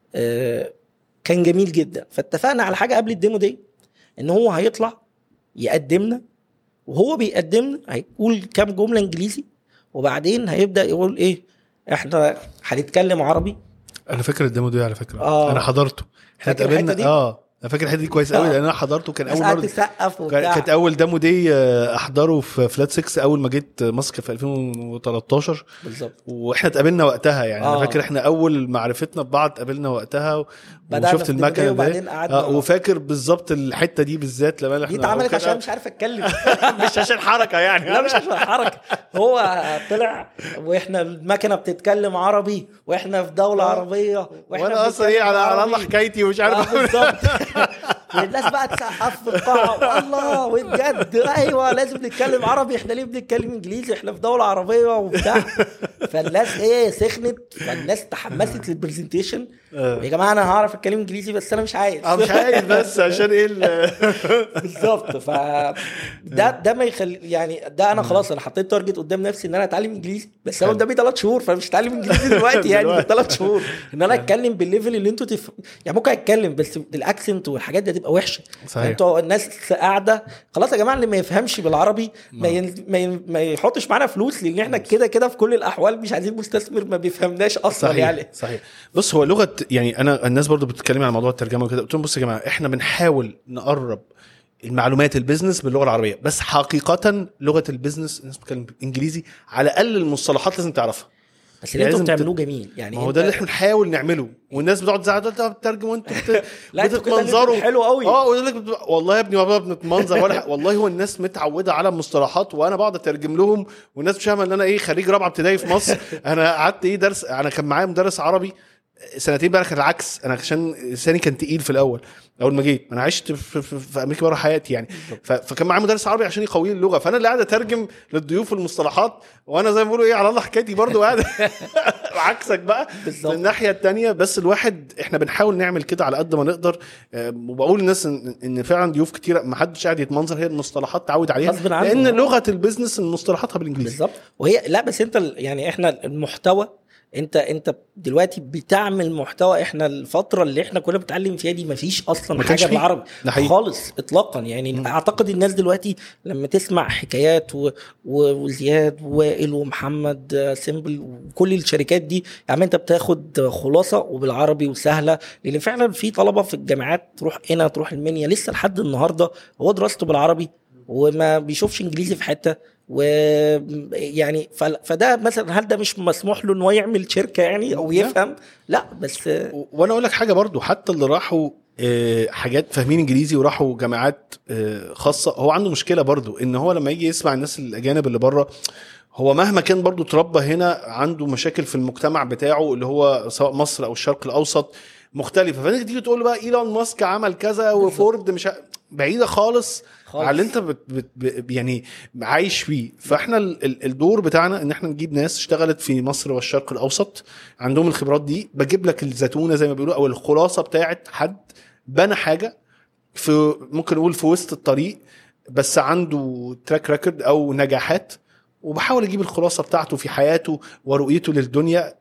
S2: كان جميل جدا. فاتفقنا على حاجه قبل الديمو دي، ان هو هيطلع يقدمنا، وهو بيقدمنا هيقول كام جمله انجليزي، وبعدين هيبدا يقول ايه، احنا هنتكلم عربي.
S1: انا فاكر الديمو دي على فكره. انا حضرته، احنا اتقابلنا. انا فاكر الحته دي كويس قوي، لان انا حضرته. كان اول مره، كانت اول ديمو دي احضره في فلات 6 اول ما جيت مصر في 2013
S2: بالظبط.
S1: واحنا اتقابلنا وقتها يعني. انا فاكر احنا اول معرفتنا ببعض قابلنا وقتها وشفت المكنه دي. وفاكر بالظبط الحته دي بالذات، لما
S2: احنا دي اتعملت عشان مش عارف اتكلم
S1: مش عشان حركه يعني.
S2: لا مش عشان حركه، هو طلع واحنا المكنه بتتكلم عربي، واحنا في دوله عربيه،
S1: وانا اصلا ايه على الله حكايتي ومش عارف.
S2: بالظبط. والناس بقى تسقف في القاعه، الله وبجد ايوه لازم نتكلم عربي، احنا ليه بنتكلم انجليزي، احنا في دوله عربيه وبتاع. فالناس سخنت، فالناس تحمست للبرزنتيشن. يا جماعه انا هعرف اتكلم انجليزي بس انا مش عايز
S1: بس عشان ايه
S2: بالظبط. ده ما يخلي يعني، ده انا خلاص انا حطيت تارجت قدام نفسي ان انا اتعلم انجليزي، بس انا قدامي 3 شهور، فمش هتعلم انجليزي دلوقتي يعني 3 شهور ان انا اتكلم بالليفل اللي انتوا يعني ممكن اتكلم، بس الاكسنت والحاجات دي هتبقى وحشه. انتوا الناس قاعده خلاص يا جماعه، اللي ما يفهمش بالعربي ما يحطش معانا فلوس، لان احنا كده في كل الاحوال مش عايزين مستثمر ما بيفهمناش اصلا. يعني
S1: صحيح. بص هو لغه يعني، انا الناس برضو بتتكلم عن موضوع الترجمه وكده، قلت لهم بصوا يا جماعه احنا بنحاول نقرب المعلومات البيزنس باللغه العربيه، بس حقيقه لغه البيزنس الناس بتتكلم انجليزي، على الاقل المصطلحات لازم تعرفها.
S2: بس اللي انتوا بتعملوه جميل يعني،
S1: هو ده اللي احنا بنحاول نعمله. والناس بتقعد تزعل انت بتترجم وانتوا بتتمنظروا
S2: حلو قوي.
S1: ويقول لك والله يا ابني ما بنتمنظر ولا والله هو الناس متعوده على المصطلحات، وانا بقعد اترجم لهم، والناس مش فاهمه ان انا خريج رابعه ابتدائي في مصر. انا قعدت درس، انا كان معايا مدرس عربي سنتين بقى كان العكس، انا عشان لساني كان تقيل في الاول اول ما جيت، انا عشت في امريكا بره حياتي يعني. فكان معايا مدرس عربي عشان يقوي لي اللغه، فانا اللي قاعد اترجم للضيوف المصطلحات، وانا زي ما بيقولوا ايه على الله حكايتي برضو قاعد عكسك بقى من الناحيه التانية. بس الواحد احنا بنحاول نعمل كده على قد ما نقدر. وبقول للناس ان فعلا ضيوف كتير ما حدش قاعد يتمنظر، هي المصطلحات تعود عليها لان لغه البيزنس مصطلحاتها بالانجليزي
S2: بالظبط. وهي لا بس انت يعني احنا المحتوى انت دلوقتي بتعمل محتوى، احنا الفتره اللي احنا كنا بنتعلم فيها دي مفيش اصلا حاجه بالعربي خالص اطلاقا يعني. اعتقد الناس دلوقتي لما تسمع حكايات وزياد وائل ومحمد سيمبل وكل الشركات دي، يعني انت بتاخد خلاصه وبالعربي وسهله، لان فعلا في طلبه في الجامعات تروح هنا تروح المنيا لسه لحد النهارده هو دراسته بالعربي وما بيشوفش انجليزي في حته. ويعني فده مثلا هل ده مش مسموح له انه يعمل شركه يعني او يفهم؟ لا بس
S1: وانا اقول لك حاجه برضو، حتى اللي راحوا حاجات فاهمين انجليزي وراحوا جامعات خاصه، هو عنده مشكله برضو ان هو لما يجي يسمع الناس الاجانب اللي بره، هو مهما كان برضو تربى هنا عنده مشاكل في المجتمع بتاعه اللي هو سواء مصر او الشرق الاوسط مختلفه. فانت تيجي تقول بقى ايلون ماسك عمل كذا وفورد مش بعيده خالص على اللي انت يعني عايش فيه. فاحنا الدور بتاعنا ان احنا نجيب ناس اشتغلت في مصر والشرق الاوسط عندهم الخبرات دي، بجيب لك الزتونه زي ما بيقولوا او الخلاصه بتاعت حد بنى حاجه في ممكن نقول في وسط الطريق بس عنده تراك ريكورد او نجاحات، وبحاول اجيب الخلاصه بتاعته في حياته ورؤيته للدنيا،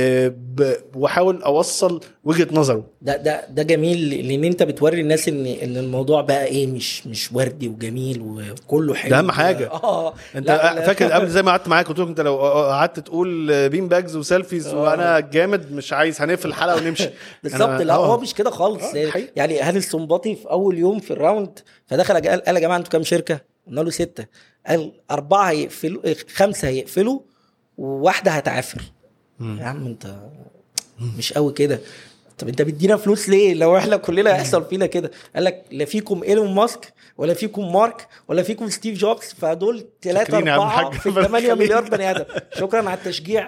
S1: وحاول اوصل وجهه نظره.
S2: ده جميل لان انت بتوري الناس ان الموضوع بقى ايه، مش وردي وجميل وكله حلو.
S1: ده اهم حاجه. انت لا فاكر قبل زي ما قعدت معاك قلت لك انت لو قعدت تقول بين باجز وسيلفيز وانا جامد مش عايز، هنقفل الحلقه ونمشي.
S2: بالظبط. لا هو مش كده خالص. يعني هاني السنباطي في اول يوم في الراوند فدخل قال يا جماعه انتوا كام شركه؟ قلنا له 6. قال 4 هيقفلوا، 5 هيقفلوا وواحده هتعافر. يا عم انت مش قوي كده، طب انت بتدينا فلوس ليه لو احنا كلنا هيحصل فينا كده؟ قال لك لا فيكم ايلون ماسك ولا فيكم مارك ولا فيكم ستيف جوبز، فدول 3 4 في 8 مليار بني ادم. شكرا على التشجيع.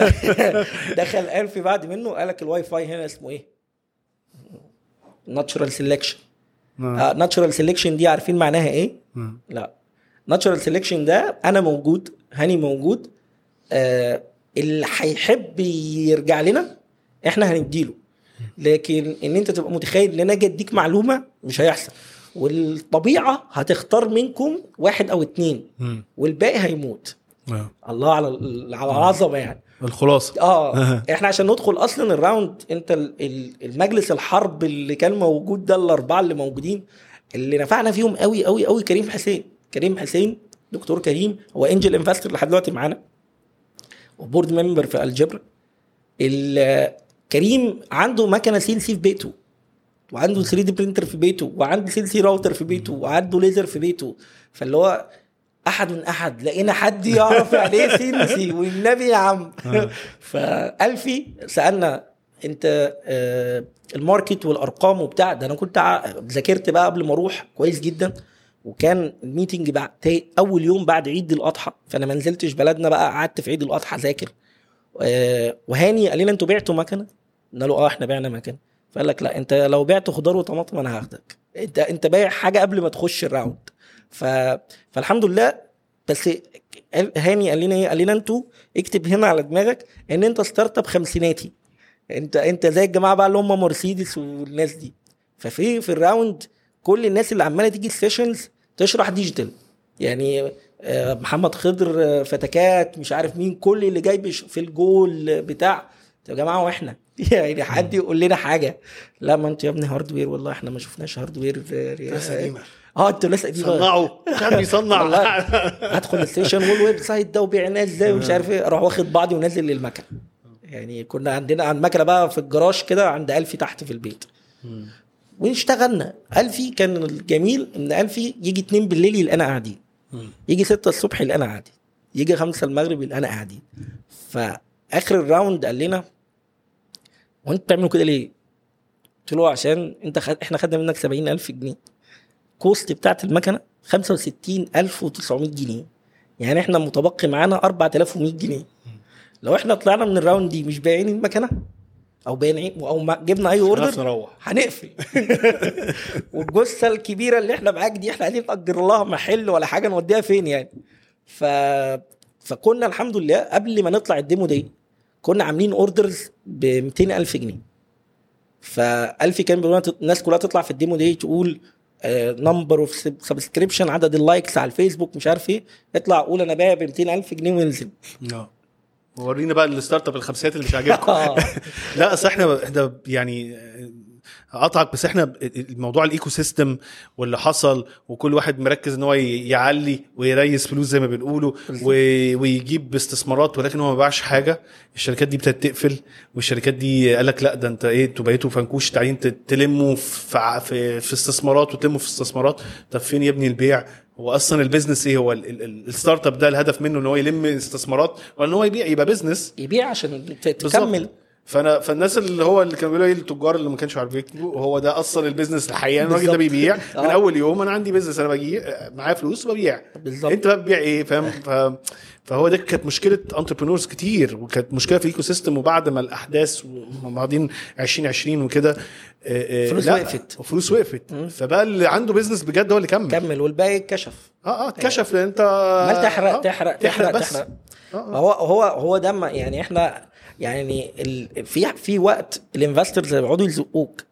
S2: دخل قال في بعد منه قال لك الواي فاي هنا اسمه ايه؟ ناتشورال سيلكشن. ناتشورال سيلكشن دي عارفين معناها ايه؟ لا، ناتشورال سيلكشن ده انا موجود، هاني موجود، اللي هيحب يرجع لنا احنا هنديله. لكن ان انت تبقى متخيل ان انا اجي اديك معلومه مش هيحصل، والطبيعه هتختار منكم 1 أو 2 والباقي هيموت. الله على العظمه يعني الخلاصه. احنا عشان ندخل اصلا الراوند، انت المجلس الحرب اللي كان موجود ده ال4 اللي موجودين اللي نفعنا فيهم قوي قوي قوي كريم حسين دكتور كريم هو انجل انفستر لحد دلوقتي معانا وبورد ممبر في الجبر. كريم عنده مكنه سي في بيته، وعنده 3 دي برينتر في بيته، وعنده سي راوتر في بيته، وعنده ليزر في بيته. فاللي هو احد من احد لقينا حد يعرف عليه سي والنبي يا عم. فالفي سالنا انت الماركت والارقام وبتاع ده، انا كنت ذاكرت بقى قبل ما اروح كويس جدا، وكان الميتنج بعد اول يوم بعد عيد الاضحى، فانا ما نزلتش بلدنا بقى، قعدت في عيد الاضحى ذاكر. وهاني قال لنا انتوا بعتوا مكنه؟ قلنا له احنا بعنا مكنه. فقال لك لا، انت لو بعت خضار وطماطم انا هاخدك، انت بايع حاجه قبل ما تخش الراوند. فالحمد لله. بس هاني قال لنا ايه؟ قال لنا انتوا اكتب هنا على دماغك ان انت ستارت اب خمسيناتي، انت زي الجماعه بقى اللي هم مرسيدس والناس دي. في الراوند كل الناس اللي عماله تيجي السيشنز تشرح ديجيتال، يعني محمد خضر فتكات مش عارف مين، كل اللي جاي في الجول بتاع يا جماعه واحنا يعني حد يقول لنا حاجه؟ لا ما انت يا ابني هاردوير، والله احنا ما شفناش هاردوير. انتوا لسه قديمه صنعوا مش عارف يصنع. ادخل السيشن والويب سايت ده وبيعناه ازاي ومش عارف ايه، اروح واخد بعضي ونازل للمكنه. يعني كنا عندنا عند مكنه بقى في الجراج كده عند ألفي تحت في البيت، واشتغلنا. ألفي كان الجميل ان ألفي يجي 2 بالليل يلقانا قاعدين، يجي 6 الصبح يلقانا قاعدين، يجي 5 المغرب يلقانا قاعدين. فاخر الراوند قال لنا وانت بتعملوا كده ليه؟ قلت له عشان احنا خدنا منك 70,000 جنيه، كوست بتاعت المكنه 65,900 جنيه، يعني احنا متبقي معانا 4,100 جنيه. لو احنا طلعنا من الراوند دي مش بايعين المكنه او بينعي او ما جبنا اي اوردر
S1: نروح
S2: هنقفل. والجثه الكبيره اللي احنا معاك دي احنا قاعدين نأجر لها محل ولا حاجه نوديها فين يعني. فكنا الحمد لله قبل ما نطلع الديمو دي كنا عاملين اوردرز ب 200,000 جنيه. فألفي كان بيقولوا الناس كلها تطلع في الديمو دي تقول نمبر اوف سبسكريبشن، عدد اللايكس على الفيسبوك مش عارف ايه، اطلع اقول انا بايع ب 200,000 جنيه وينزل.
S1: ورينا بقى الستارت اب الخمسيات اللي مش عاجبكم. لا اصل احنا يعني قطعك، بس احنا الموضوع الايكو سيستم واللي حصل وكل واحد مركز ان هو يعلي ويريس فلوس زي ما بنقوله ويجيب باستثمارات، ولكن هو ما باعش حاجه. الشركات دي ابتدت تقفل، والشركات دي قالك لا ده انت ايه، انتوا بقيتوا فنكوش تعالين تلموا في استثمارات وتلموا في استثمارات. طب فين يا ابني البيع؟ هو اصلا البيزنس ايه؟ هو الستارت اب ده الهدف منه ان هو يلم استثمارات ولا ان هو يبيع؟ يبقى بيزنس
S2: يبيع عشان تكمل.
S1: فالناس اللي هو اللي كانوا بيقولوا ايه التجار اللي ما كانش عارفين هو ده اصلا البيزنس الحقيقي. الراجل ده بيبيع من اول يوم، انا عندي بيزنس، انا باجي معايا فلوس وببيع. انت بقى بتبيع ايه؟ فاهم؟ فهو ده كانت مشكله انتربرينورز كتير، وكانت مشكله في الايكو سيستم. وبعد ما الاحداث وبعدين 2020 وكده فلوس وقفت. فبقى اللي عنده بيزنس بجد هو اللي كمل
S2: والباقي اتكشف.
S1: اتكشف لان انت
S2: ما تحرق. هو ده يعني احنا يعني في وقت الانفسترز بيقعدوا يزقوك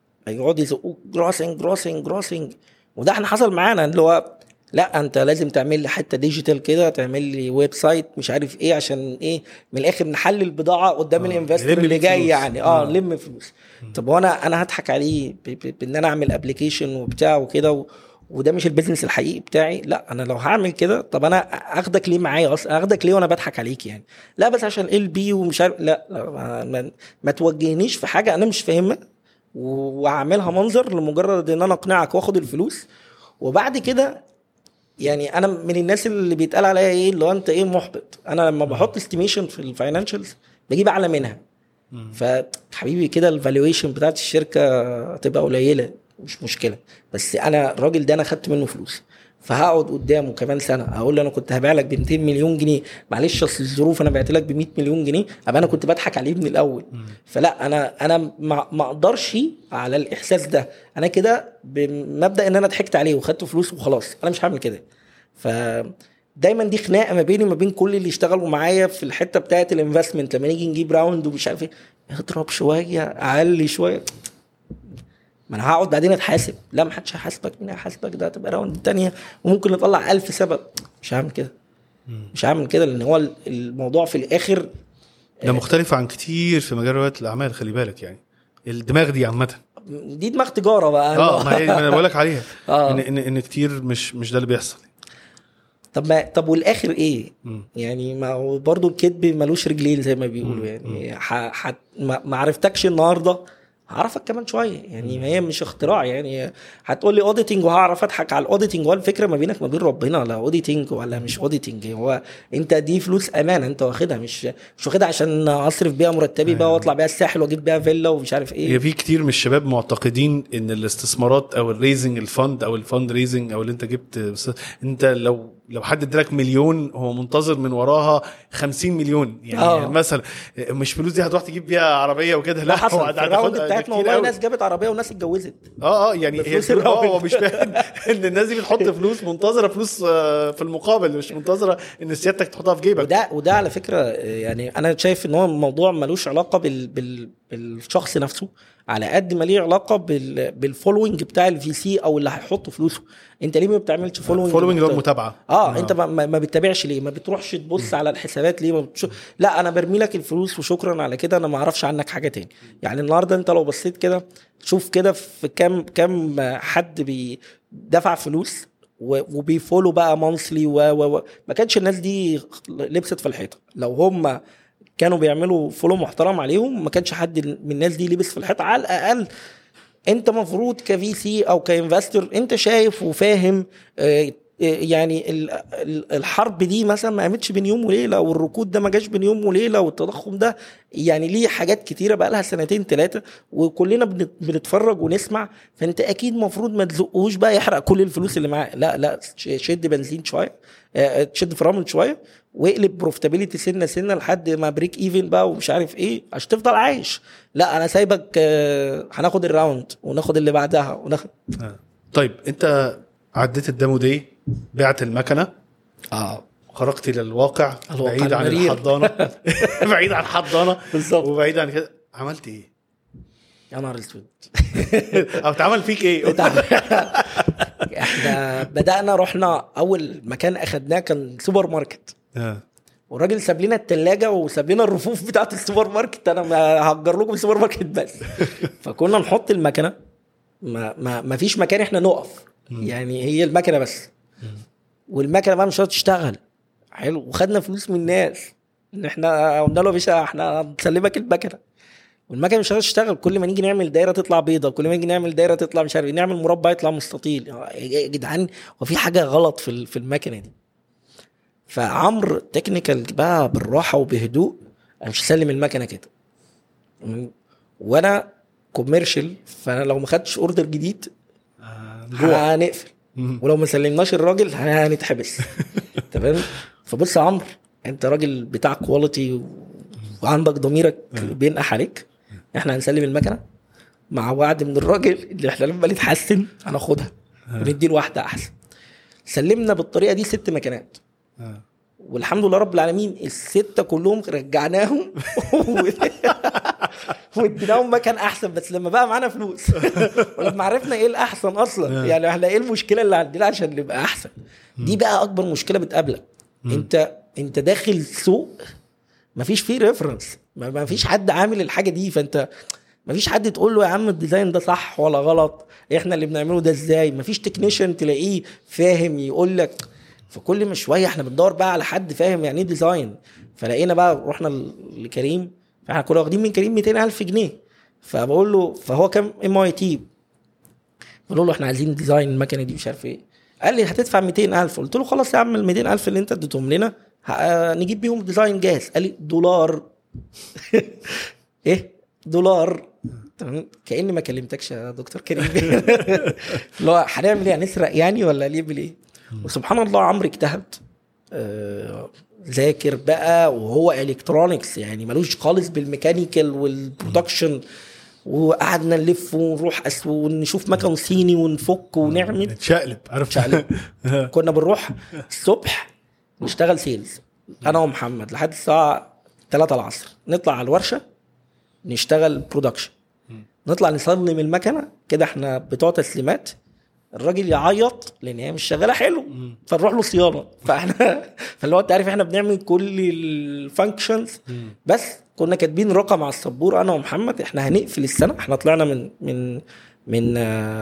S2: جروسنج، وده احنا حصل معانا اللي هو لا انت لازم تعمل لي حته ديجيتال كده، تعمل لي ويب سايت مش عارف ايه، عشان ايه من الاخر نحلل البضاعه قدام الانفستر اللي جاي يعني نلم فلوس. طب وانا هضحك عليه بان انا اعمل ابلكيشن وبتاع وكده وده مش البيزنس الحقيقي بتاعي. لا انا لو هعمل كده طب انا اخدك ليه معايا اصلا؟ اخدك ليه وانا بضحك عليك يعني؟ لا بس عشان LP ومش عارف. لا ما توجهنيش في حاجه انا مش فاهمها واعملها منظر لمجرد ان انا اقنعك واخد الفلوس. وبعد كده يعني انا من الناس اللي بيتقال عليها ايه اللي هو انت ايه محبط. انا لما بحط استيميشن في الفاينانشالز بجيب اعلى منها. فحبيبي كده الفالويشن بتاعت الشركه تبقى قليله مش مشكله، بس انا الراجل ده انا خدت منه فلوس، فهقعد قدامه كمان سنه اقول له انا كنت هبيع لك ب 200 مليون جنيه، معلش اصل الظروف انا بعت لك ب 100 مليون جنيه، ابقى انا كنت بضحك عليه من الاول. فلا انا ما اقدرش على الاحساس ده. انا كده بمبدا ان انا ضحكت عليه وخدت فلوس وخلاص، انا مش هعمل كده. دايما دي خناقه ما بيني وما بين كل اللي يشتغلوا معايا في الحته بتاعه الانفستمنت. لما نيجي نجيب راوند ومش عارف ايه، اضرب شويه اعلي شويه، ما انا هقعد بعدين اتحاسب. لا ما حدش هيحاسبك، مين هيحاسبك؟ ده هتبقى راوند تانية وممكن نطلع 1000 سبب. مش هعمل كده لان هو الموضوع في الاخر
S1: ده مختلف عن كتير في مجال رياده الاعمال. خلي بالك يعني الدماغ دي عامه
S2: دي دماغ تجاره بقى.
S1: ما هي انا بقول لك عليها ان كتير مش ده اللي بيحصل.
S2: طب والاخر ايه؟ يعني ما هو برضو الكذب ملوش رجلين زي ما بيقولوا. يعني ما عرفتكش النهارده هعرفك كمان شويه يعني. ما هي مش اختراع يعني. هتقول لي اوديتنج وهعرف اضحك على الاوديتنج. هو الفكره ما بينك ما بين ربنا، لا اوديتنج ولا مش اوديتنج. هو انت دي فلوس امانه انت واخدها، مش واخدها عشان اصرف بيها مرتبي بقى واطلع بيها الساحل واجيب بيها فيلا ومش عارف ايه.
S1: في كتير من الشباب معتقدين ان الاستثمارات او الريزنج الفند او الفند ريزنج او اللي انت جبت، انت لو حد ادالك مليون هو منتظر من وراها 50 مليون يعني. مثلا مش فلوس دي هتروح تجيب بيها عربيه وكده. لا
S2: هو الراوند بتاعتنا والله ناس جابت عربيه وناس اتجوزت.
S1: يعني هو مش فاهم ان الناس دي بتحط فلوس منتظره فلوس في المقابل، مش منتظره ان سيادتك تحطها في جيبك.
S2: وده على فكره يعني انا شايف ان هو الموضوع ملوش علاقه بالشخص نفسه على قد ما ليه علاقه بالفولوينج بتاع الVC او اللي هيحط فلوسه. انت ليه ما بتعملش
S1: فولوينج لو متابعه؟
S2: انت ما بتتابعش ليه؟ ما بتروحش تبص على الحسابات ليه؟ لا انا برمي لك الفلوس وشكرا على كده، انا ما اعرفش عنك حاجه تاني. يعني النهارده انت لو بصيت كده شوف كده في كام حد بيدفع فلوس وبيفولو بقى مانثلي ما كانش الناس دي لبست في الحيطه. لو هم كانوا بيعملوا فولو محترم عليهم ما كانش حد من الناس دي لبس في الحيطه. على الاقل انت مفروض كVC او كانفستر انت شايف وفاهم. يعني الحرب دي مثلا ما قامتش بين يوم وليله، والركود ده ما جاش بين يوم وليله، والتضخم ده يعني ليه حاجات كتيره بقى لها 2-3 وكلنا بنتفرج ونسمع. فانت اكيد مفروض ما تزقوش بقى يحرق كل الفلوس اللي معاه. لا شد بنزين شويه، تشد فرامل شويه واقلب بروفيتابيلتي سنه سنه لحد ما بريك ايفن بقى ومش عارف ايه عشان تفضل عايش. لا انا سايبك هناخد الراوند وناخد اللي بعدها وناخد.
S1: طيب انت عديت الديمو دي، بعت المكنه، خرجت للواقع بعيد عن الحضانه بعيد عن الحضانه
S2: بالظبط،
S1: وبعيد عن كده، عملت ايه؟
S2: يا نهار اسود
S1: او اتعمل فيك ايه؟
S2: احنا بدأنا رحنا اول مكان اخدناه كان سوبر ماركت، والراجل ساب لنا التلاجة وساب لنا الرفوف بتاعه السوبر ماركت. انا ما هأجر لكم السوبر ماركت بس. فكنا نحط المكنه، ما فيش مكان احنا نقف، يعني هي المكنه بس، والمكنه بقى مش هتشتغل حلو. وخدنا فلوس من الناس ان احنا قلنا له يا باشا احنا هنسلمك المكنه، والمكنه مش هتشتغل. كل ما نيجي نعمل دايره تطلع بيضه، كل ما نيجي نعمل دايره تطلع مش عارف، نعمل مربع يطلع مستطيل. يا جدعان وفي حاجه غلط في المكنه دي. فعمر تكنيكال بقى بالراحه وبهدوء، انا مش هسلم المكنه كده، وانا كوميرشال، فانا لو ما خدتش اوردر جديد هنقفل، ولو ما سلمناش الراجل هنتحبس. تمام. فبص يا عمرو، انت راجل بتاع كواليتي وعندك ضميرك بينقح عليك، احنا هنسلم المكنه مع وعد من الراجل اللي احنا لما نتحسن هناخدها وندي له واحده احسن. سلمنا بالطريقه دي 6 مكنات، والحمد لله رب العالمين ال6 كلهم رجعناهم واديناهم مكان احسن، بس لما بقى معانا فلوس ولما عرفنا ايه الاحسن اصلا، يعني احنا ايه المشكله اللي عندنا عشان نبقى احسن. دي بقى اكبر مشكله بتقابلك. انت داخل سوق مفيش فيه ريفرنس، مفيش حد عامل الحاجه دي، فانت مفيش حد تقول له يا عم الديزاين ده صح ولا غلط، احنا اللي بنعمله ده ازاي. مفيش تكنيشن تلاقيه فاهم يقول لك. فكل ما شويه احنا بندور بقى على حد فاهم يعني ايه ديزاين. فلقينا بقى رحنا لكريم، فاحنا كنا واخدين من كريم 200,000 جنيه. فبقول له فهو كام MIT، بقول له احنا عايزين ديزاين المكنه دي مش عارف ايه. قال لي هتدفع 200,000. قلت له خلاص يا عم ال 200,000 اللي انت اديتهم لنا نجيب بيهم ديزاين جاهز. قال لي $. ايه $؟ تمام. كأني ما كلمتكش يا دكتور كريم. لا هنعمل ايه، هنسرق يعني ولا ليه بالايه؟ وسبحان الله عمرو اجتهد، ذاكر بقى، وهو الكترونكس يعني ملوش خالص بالميكانيكال والبرودكشن. وقعدنا نلف ونروح ونشوف مكان صيني ونفك ونعمل
S1: نتشقلب، عارف
S2: شقلب. كنا بنروح الصبح نشتغل سيلز انا ومحمد لحد الساعه 3 العصر، نطلع على الورشه نشتغل برودكشن، نطلع نسلم المكنه كده، احنا بتوع تسليمات. الراجل يعيط لان هي مش شغاله حلو، فنروح له صيانه. فاحنا فاللي هو انت عارف احنا بنعمل كل الفانكشنز، بس كنا كاتبين رقم على السبوره انا ومحمد، احنا هنقفل السنه. احنا طلعنا من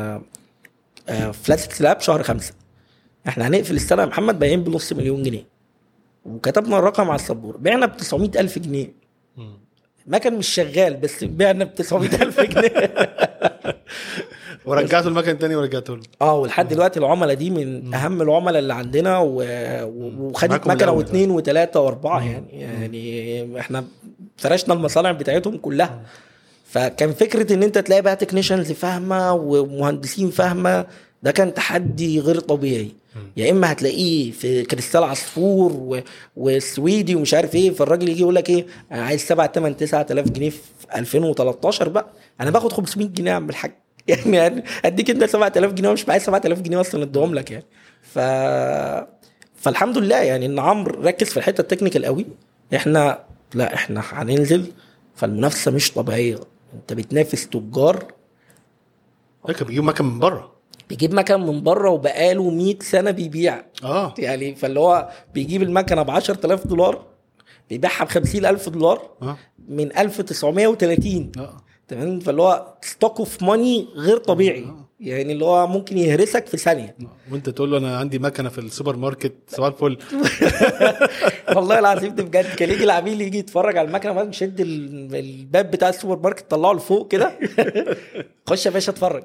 S2: فلات سلاب شهر 5، احنا هنقفل السنه يا محمد باين ب500,000 جنيه، وكتبنا الرقم على السبوره. بعنا ب900,000 جنيه، ما كان مش شغال بس بعنا ب900,000 جنيه.
S1: ورجعته المكان تاني ورجعته له.
S2: ولحد دلوقتي العملاء دي من اهم العملاء اللي عندنا، وخدت مكنه و2 و3 و4 يعني احنا فرشنا المصانع بتاعتهم كلها. فكان فكره ان انت تلاقي بقى تكنيشنز فاهمه ومهندسين فاهمه، ده كان تحدي غير طبيعي. يا اما هتلاقيه في كريستال عصفور والسويدي ومش عارف ايه، فالراجل يجي يقول لك ايه انا عايز 7-8-9,000 جنيه في 2013 بقى، انا باخد 500 جنيه اعمل حاجه يعني اديك انت 7,000 جنيه ومش معايا 7,000 جنيه اصلا اديهم لك يعني. فالحمد لله يعني ان عمرو ركز في الحته التكنيكال قوي. احنا هننزل، فالمنافسه مش طبيعيه. انت بتنافس تجار
S1: بيجيب مكن من بره،
S2: بيجيب مكن من بره وبقاله 100 سنه بيبيع. يعني فاللي هو بيجيب المكنه $10,000 بيبيعها $50,000 من 1930. تمام. فاللي هو ستوك اوف ماني غير طبيعي، يعني اللي هو ممكن يهرسك في ثانيه.
S1: وانت تقول له انا عندي مكنه في السوبر ماركت صباح الفل.
S2: والله العظيم ده بجد. كان يجي العميل يجي يتفرج على المكنه، ما نشد الباب بتاع السوبر ماركت طلعه لفوق كده، خش يا باشا اتفرج.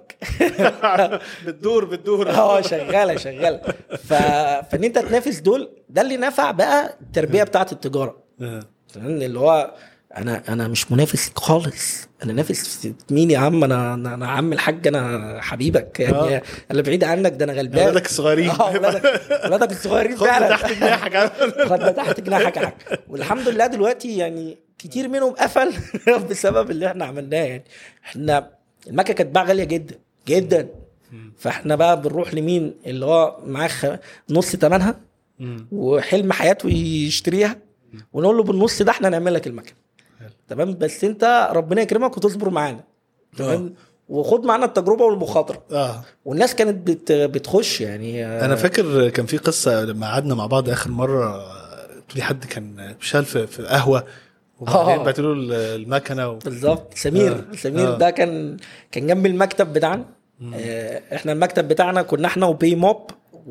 S1: بتدور
S2: شغاله. فان انت تنافس دول، ده اللي نفع بقى التربيه بتاعه التجاره. اللي هو انا مش منافس خالص، انا نافس مين يا عم؟ انا عم الحاج، انا حبيبك يعني. انا بعيد عنك، ده انا غلبان.
S3: ولادك الصغيرين
S2: ولادك الصغيرين فعلا.
S3: خد تحت جناحك
S2: خد تحت جناحك. والحمد لله دلوقتي يعني كتير منهم قفل بسبب اللي احنا عملناه. يعني احنا المكنه كانت بقى غاليه جدا جدا، فاحنا بقى بنروح لمين اللي هو معاه نص ثمنها وحلم حياته يشتريها، ونقول له بالنص ده احنا نعمل لك المكنه تمام، بس انت ربنا يكرمك وتصبر معانا تمام، وخد معانا التجربه والمخاطره. والناس كانت بتخش يعني.
S1: انا فاكر كان في قصه لما قعدنا مع بعض اخر مره، في حد كان شال في قهوه وبعدين بعت له المكنه
S2: بالظبط. سمير ده كان جنب المكتب بتاعنا. احنا المكتب بتاعنا كنا احنا وبي موب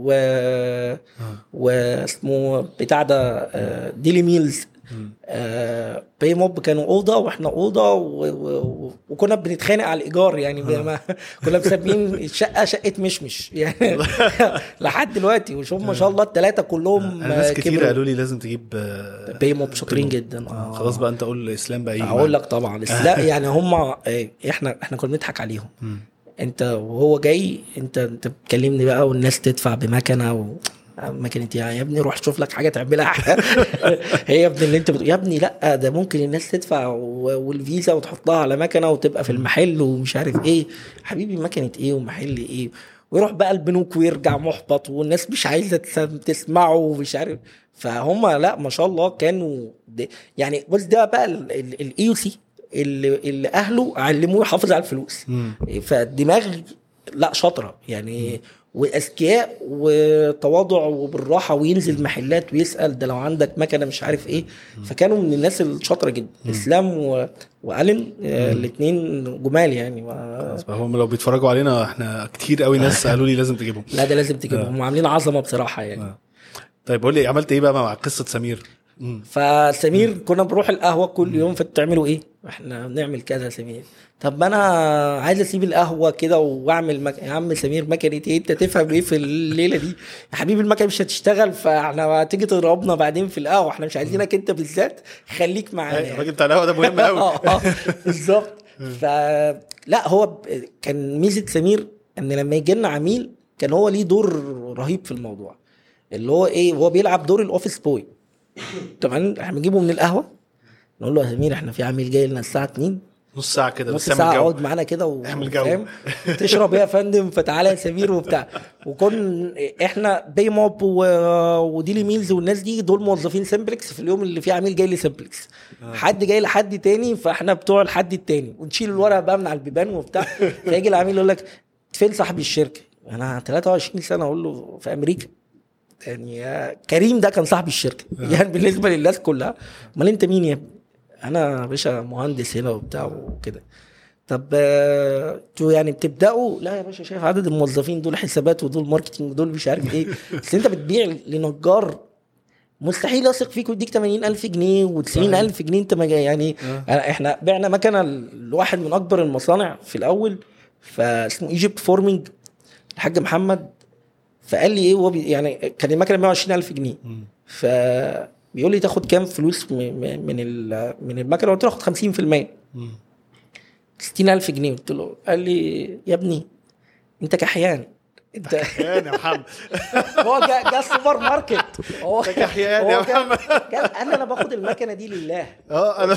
S2: واسمه بتاع ده ديلي ميلز. بي موب كانوا اوضه واحنا اوضه وكنا بنتخانق على الايجار يعني. كنا مسمين الشقه شقه مشمش يعني لحد دلوقتي. وشوف ما شاء الله الثلاثه كلهم
S1: ناس كتير قالوا لي لازم تجيب
S2: بي موب، شاطرين جدا.
S1: خلاص بقى انت قول الاسلام بقى
S2: اقول لك طبعا لا يعني هم احنا كنا بنضحك عليهم. انت وهو جاي انت بتكلمني بقى والناس تدفع بمكنه مكنه يا ابني روح شوف لك حاجه تعملها هي يا ابني اللي انت يا ابني لا ده ممكن الناس تدفع والفيزا وتحطها على مكنه وتبقى في المحل ومش عارف ايه. حبيبي مكنه ايه ومحل ايه؟ ويروح بقى البنوك ويرجع محبط والناس مش عايزه تسمعه ومش عارف. فهم لا ما شاء الله كانوا يعني. بص ده بقى الاي سي اللي اهله علموه يحافظ على الفلوس. فالدماغ لا شاطره يعني، واذكياء وتواضع وبالراحه، وينزل محلات ويسال ده لو عندك مكنه مش عارف ايه. فكانوا من الناس الشاطره جدا. اسلام وألين الاثنين جمال يعني.
S1: هم لو بيتفرجوا علينا احنا كتير قوي ناس قالوا لي لازم تجيبهم.
S2: لا ده لازم تجيبهم، هم عاملين عظمه بصراحه يعني.
S1: طيب قول لي عملت ايه بقى مع قصه سمير؟
S2: فسمير كنا بنروح القهوه كل يوم. فتعملوا ايه؟ احنا بنعمل كذا. سمير طب ما انا عايز اسيب القهوه كده واعمل يا عم سمير مكنه ايه؟ انت تفهم ايه في الليله دي يا حبيبي؟ المكنه مش هتشتغل، فاحنا هتيجي تضربنا بعدين في القهوه. احنا مش عايزينك انت بالذات، خليك معانا يعني.
S1: الراجل بتاع القهوه ده مهم قوي.
S2: بالظبط. فلا هو كان ميزه سمير ان لما يجي لنا عميل كان هو ليه دور رهيب في الموضوع، اللي هو ايه؟ هو بيلعب دور الاوفيس بوي. طبعا احنا بنجيبه من القهوه نقول له يا سمير احنا في عميل جاي لنا الساعه 2،
S1: نص ساعه كده،
S2: نص ساعه اقعد معانا كده وفاهم تشرب ايه يا فندم؟ فتعالى يا سمير وبتاع. وكون احنا بي موب وديلي ميلز والناس دي دول موظفين سمبلكس. في اليوم اللي فيه عميل جاي لي سمبلكس، حد جاي لحد تاني، فاحنا بتوع الحد التاني ونشيل الورق بقى من على البيبان وبتاع. فيجي العميل يقول لك فين صاحب الشركه؟ انا 23 سنه اقول له في امريكا يعني. كريم ده كان صاحب الشركه يعني بالنسبه للناس كلها. امال انت مين يا ابني؟ انا باشا مهندس هنا وبتاع وكده. طب انتوا يعني بتبداوا؟ لا يا باشا شايف عدد الموظفين دول حسابات ودول ماركتنج ودول مش عارف ايه. بس انت بتبيع لنجار مستحيل يثق فيك ويديك 80,000 جنيه و90,000 جنيه انت ما يعني. احنا بعنا مكنه لواحد من اكبر المصانع في الاول، فاسمه ايجيبت فورمينج، الحاج محمد. فقال لي ايه هو يعني كان المكنه 120,000 جنيه. فبيقول لي تاخد كام فلوس من المكنه؟ قلت له اخد 50%، 60,000 جنيه. قلت له، قال لي يا ابني انت كحيان، انت
S1: كحيان يا محمد.
S2: هو جا السوبر ماركت،
S1: هو كحيان يا محمد.
S2: قال انا باخد المكنه دي لله.
S1: انا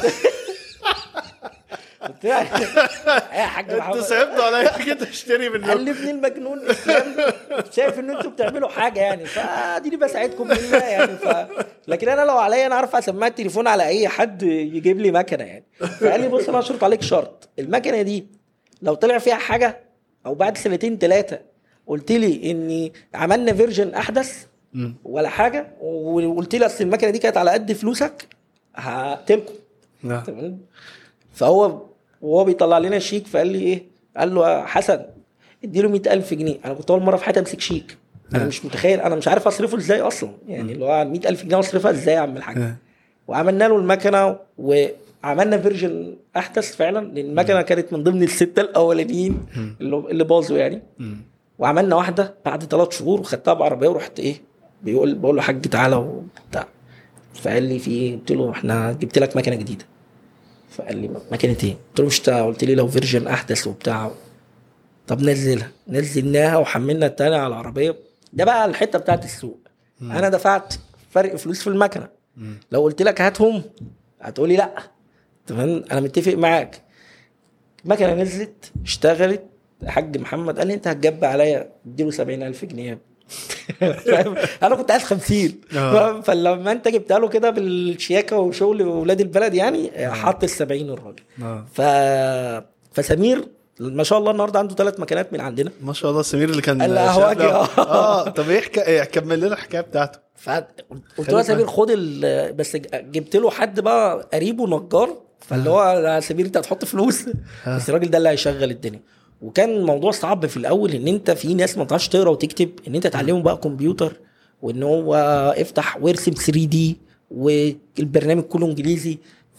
S2: قلت له يا حاج محمد
S1: انت سايبني عليا كده اشتري منه.
S2: قال لي ابن المجنون اسلام شايف ان انتوا بتعملوا حاجه يعني، فاديني بساعدكم بالله يعني. لكن انا لو عليا انا عارف اسمع التليفون على اي حد يجيب لي مكنه يعني. فقال لي بص انا هشرط عليك شرط، المكنه دي لو طلع فيها حاجه او بعد 2-3 قلت لي اني عملنا فيرجن احدث ولا حاجه، وقلت لي اصل المكنه دي كانت على قد فلوسك، هقتلكم. تمام. فهو وهو بيطلع لنا شيك فقال لي ايه؟ قال له يا حسن اديله 100,000 جنيه. انا كنت اول مره في حياتي امسك شيك، انا مش متخيل، انا مش عارف اصرفه ازاي اصلا يعني. اللي هو 100,000 جنيه اصرفها ازاي يا عم الحاج؟ وعملنا له المكنه وعملنا فيرجن احدث فعلا، لان المكنه كانت من ضمن ال6 الاولانيين اللي باظوا يعني. وعملنا واحده بعد 3 شهور وخدتها بعربيه ورحت ايه بقول له حاج تعالى وبتاع. فقال لي في ايه؟ قلت له احنا جبت لك مكنه جديده. فقال لي مكنه ايه؟ قلت له مش قلت لي لو فيرجن احدث وبتاع. طب نزلناها وحملنا التاني على العربيه. ده بقى الحته بتاعت السوق. انا دفعت فرق فلوس في المكنه، لو قلت لك هاتهم هتقولي لا. تمام، انا متفق معاك. المكنه نزلت اشتغلت، الحاج محمد قال لي انت هتجب عليا اديله 70,000 جنيه. انا كنت عايز 50. فلما انت جبتها له كده بالشياكه وشغل ولاد البلد يعني حط ال70 الراجل. فسمير ما شاء الله النهارده عنده 3 مكانات من عندنا.
S1: ما شاء الله. سمير اللي كان طب ايه كمل لنا الحكايه بتاعته.
S2: قلت له سمير خد بس جبت له حد بقى قريبه نجار، فاللي هو سمير انت هتحط فلوس بس الراجل ده اللي هيشغل الدنيا. وكان الموضوع صعب في الاول ان انت في ناس ما تعرفش تقرا وتكتب، ان انت تعلمهم بقى كمبيوتر وان هو افتح وارسم 3D والبرنامج كله انجليزي.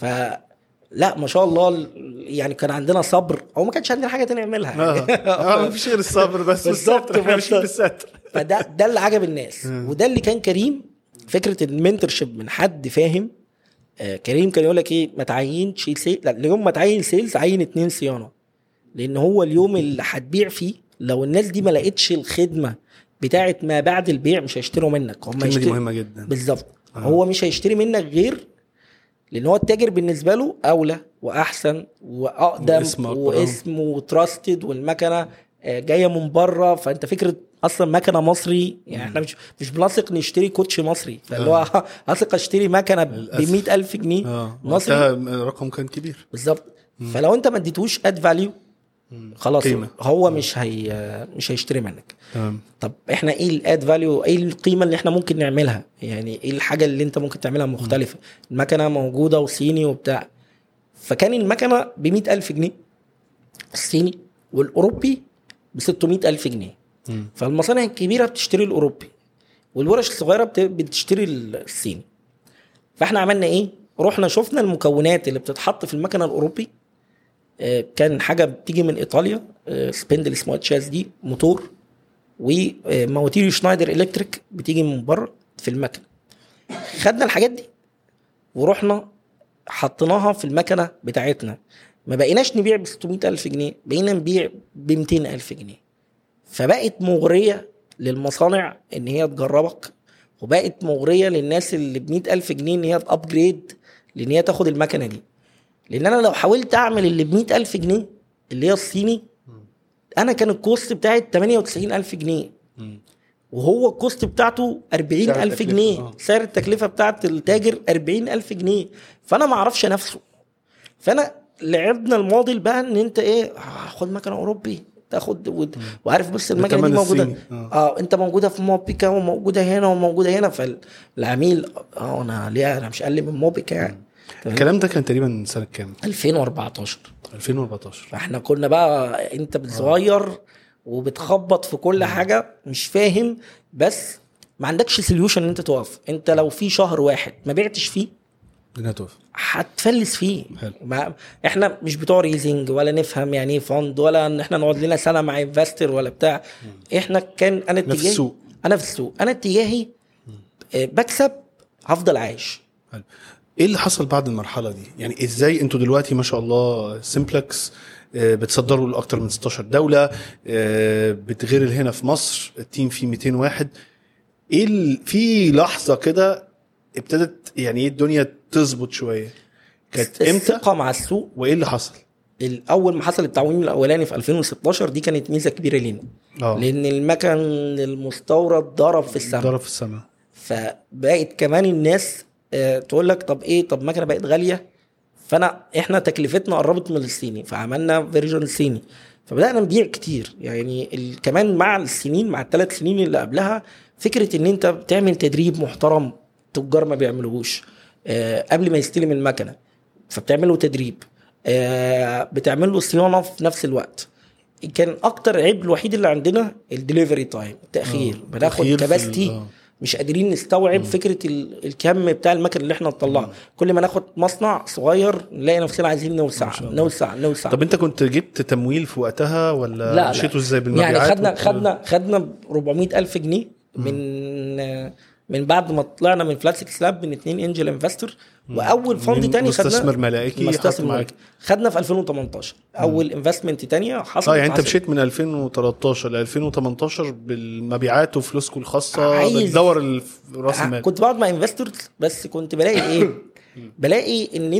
S2: لا ما شاء الله يعني كان عندنا صبر، او ما كانش عندنا حاجه تانية نعملها.
S1: ما فيش غير الصبر بس.
S2: بالظبط.
S1: بالستر.
S2: فده اللي عجب الناس وده اللي كان كريم. فكره المنتورشيب من حد فاهم. كريم كان يقول لك ايه، ما تعينش لا اليوم ما تعين سيلز، عين 2 صيانه، لان هو اليوم اللي هتبيع فيه لو الناس دي ما لقيتش الخدمه بتاعه ما بعد البيع مش هيشتروا منك. هم
S1: دي مهمه جدا.
S2: بالظبط. هو مش هيشتري منك غير لان هو التاجر بالنسبه له اولى واحسن واقدم واسم وتراستد، والمكنه جايه من بره. فانت فكره اصلا مكنه مصري يعني احنا مش بنثق نشتري كوتش مصري، فاللي هو اثق اشتري مكنه ب100,000 جنيه مصري.
S1: رقم كان كبير.
S2: بالظبط. فلو انت ما اديتوش اد فاليو خلاص قيمة. هو مش هيشتري منك. طب احنا ايه الاد فاليو، ايه القيمه اللي احنا ممكن نعملها؟ يعني ايه الحاجه اللي انت ممكن تعملها مختلفه؟ المكنه موجوده وصيني وبتاع. فكان المكنه ب100,000 جنيه الصيني، والاوروبي ب600,000 جنيه. فالمصانع الكبيره بتشتري الاوروبي والورش الصغيره بتشتري الصيني. فاحنا عملنا ايه؟ رحنا شفنا المكونات اللي بتتحط في المكنه الاوروبي. كان حاجه بتيجي من ايطاليا، سبندل اسمه تشاز دي موتور، ومواتير شنايدر الكتريك بتيجي من بره في المكنه. خدنا الحاجات دي ورحنا حطيناها في المكنه بتاعتنا. ما بقيناش نبيع ب600,000 جنيه، بقينا نبيع ب200,000 جنيه. فبقت مغريه للمصانع ان هي تجربك، وبقت مغريه للناس اللي ب100,000 جنيه ان هي تابجريد لان هي تاخد المكنه دي. لان انا لو حاولت اعمل اللي ب100,000 جنيه اللي هي الصيني، انا كان الكوست بتاعي 98,000 جنيه وهو الكوست بتاعته 40,000 جنيه. سعر التكلفه بتاعت التاجر 40,000 جنيه. فانا ما اعرفش نفسه. فانا لعبنا الموديل بقى ان انت ايه، خد مكنه اوروبي تاخد وعارف بس المكنه دي موجوده انت موجوده في موبيكا وموجوده هنا وموجوده هنا. فالعميل انا ليه انا مش اقل من موبيكا يعني.
S1: الكلام ده كان تقريبا سنه كام؟
S2: 2014. فاحنا كنا بقى انت بتصغير وبتخبط في كل حاجه مش فاهم، بس ما عندكش سوليوشن ان انت توقف. انت لو في شهر واحد ما بعتش فيه هتفلس فيه. احنا مش بتوع ريزنج ولا نفهم يعني ايه فند، ولا ان احنا نقعد لنا سنه مع انفستر ولا بتاع. احنا كان انا اتجاهي انا في السوق، انا اتجاهي بكسب هفضل عايش.
S1: ايه اللي حصل بعد المرحله دي؟ يعني ازاي انتوا دلوقتي ما شاء الله سيمبلكس بتصدروا لاكتر من 16 دوله، بتغير هنا في مصر التيم فيه 200 واحد. ايه في لحظه كده ابتدت يعني ايه الدنيا تظبط شويه؟ كانت امتى؟
S2: الثقه مع السوق.
S1: وايه اللي حصل؟
S2: الاول ما حصل التعويم الاولاني في 2016 دي كانت ميزه كبيره لينا. لان المكن المستورد ضرب في السماء. فبقت كمان الناس تقول لك طب ايه، طب مكنه بقت غاليه، احنا تكلفتنا قربت من الصيني، فعملنا فيرجن صيني. فبدانا نبيع كتير يعني. كمان مع السنين، مع ال3 سنين اللي قبلها، فكره ان انت بتعمل تدريب محترم تجار ما بيعملوهوش قبل ما يستلم المكنه، فبتعمله تدريب، بتعمل له صيانه في نفس الوقت. كان اكتر عيب الوحيد اللي عندنا الدليفري تايم، التاخير. بناخد كباستي مش قادرين نستوعب فكره الكم بتاع المكن اللي احنا نطلعه. كل ما ناخد مصنع صغير نلاقي نفسنا عايزين نوسع.
S1: طب انت كنت جبت تمويل في وقتها ولا مشيتوا ازاي بالمبيعات؟
S2: يعني خدنا 400,000 جنيه من من بعد ما طلعنا من فلاتسك سلاب من 2 انجل انفستور، واول فند تاني خدنا
S1: مستثمر ملائكي
S2: خدنا في 2018 اول انفستمنت تانية حصلت.
S1: يعني انت مشيت من 2013 ل 2018 بالمبيعات وفلوسكم الخاصه بتدور راس المال.
S2: كنت بقعد مع انفستورز بس كنت بلاقي ايه بلاقي ان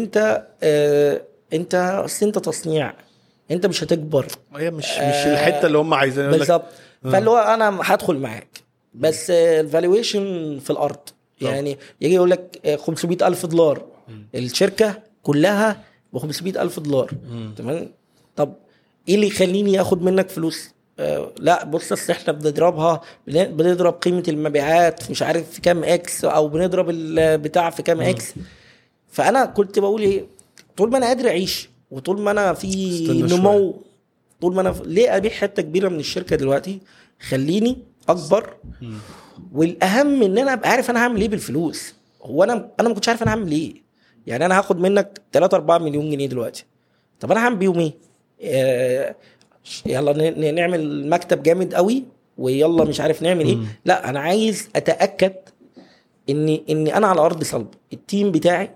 S2: انت اصل انت تصنيع، انت مش هتكبر،
S1: هي مش الحته اللي هم عايزينها
S2: بالظبط. فاللي هو انا هدخل معاك بس الفالويشن في الارض، يعني يجي يقول لك $500,000 الشركه كلها ب$500,000. تمام، طب ايه اللي يخليني اخد منك فلوس؟ لا بص اصل احنا بنضرب قيمه المبيعات مش عارف في كام اكس، او بنضرب البتاع في كام اكس. فانا كنت بقول ايه، طول ما انا قادر اعيش وطول ما انا في نمو، طول ما انا ليه ابيع حته كبيره من الشركه دلوقتي؟ خليني اكبر. والاهم ان انا ابقى عارف انا هعمل ايه بالفلوس. هو انا ما كنتش عارف انا هعمل ايه. يعني انا هاخد منك 3-4 مليون جنيه دلوقتي، طب انا هعمل بيهم ايه؟ يلا نعمل مكتب جامد قوي ويلا مش عارف نعمل ايه. لا انا عايز اتاكد اني انا على ارض صلب، التيم بتاعي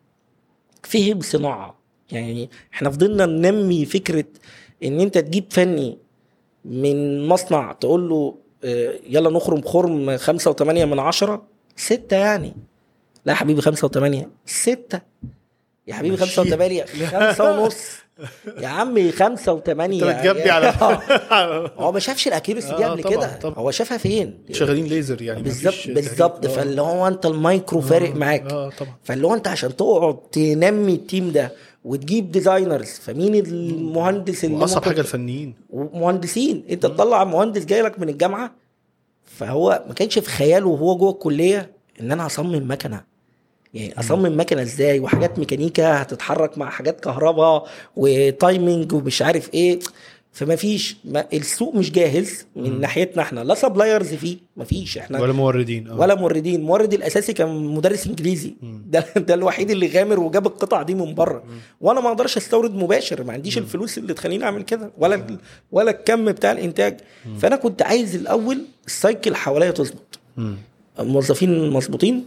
S2: فهم صناعه. يعني احنا فضلنا ننمي فكره ان انت تجيب فني من مصنع تقول له يلا نخرم خرم 5.8 6 يعني. لا يا حبيبي 5.8 6 يا حبيبي 5.8 5.5 يا عمي 5.8.
S1: انت بتجبي على
S2: هو ما شافش الاكيرسي دي قبل كده، هو شافها فين؟
S1: شغالين ليزر يعني
S2: بالظبط. فاللي هو انت المايكرو فارق معاك.
S1: طبعا.
S2: فاللي هو انت عشان تقعد تنمي التيم ده وتجيب ديزاينرز، فمين المهندس اللي
S1: اصعب حاجه الفنيين
S2: ومهندسين. انت تطلع مهندس جاي لك من الجامعه، فهو ما كانش في خياله وهو جوه الكليه ان انا هصمم مكنه. يعني اصمم مكنه ازاي وحاجات ميكانيكا هتتحرك مع حاجات كهرباء وتايمنج ومش عارف ايه. فما فيش السوق مش جاهز من ناحيتنا احنا، لا سبلايرز فيه ما فيش، احنا
S1: ولا موردين
S2: ولا موردين. المورد الاساسي كان مدرس انجليزي، ده الوحيد اللي غامر وجاب القطع دي من بره. وانا ما اقدرش استورد مباشر، ما عنديش الفلوس اللي تخليني اعمل كده ولا الكم بتاع الانتاج. فانا كنت عايز الاول السايكل حواليا تظبط، موظفين مظبوطين،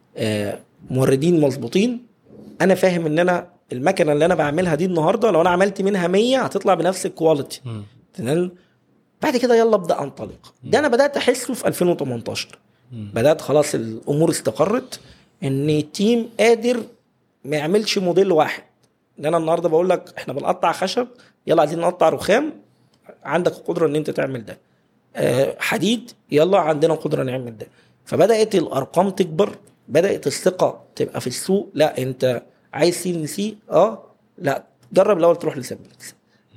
S2: موردين مظبوطين. انا فاهم ان انا المكنه اللي انا بعملها دي النهارده لو انا عملت منها 100 هتطلع بنفس الكواليتي. تمام، بعد كده يلا ابدا انطلق. ده انا بدات احسه في 2018. بدات خلاص الامور استقرت ان التيم قادر ما يعملش موديل واحد. ان انا النهارده بقول لك احنا بنقطع خشب، يلا عايزين نقطع رخام، عندك القدره ان انت تعمل ده. حديد، يلا عندنا قدره نعمل ده. فبدات الارقام تكبر، بدات الثقه تبقى في السوق. لا انت عايز CNC لا جرب الاول تروح لسيمبلكس.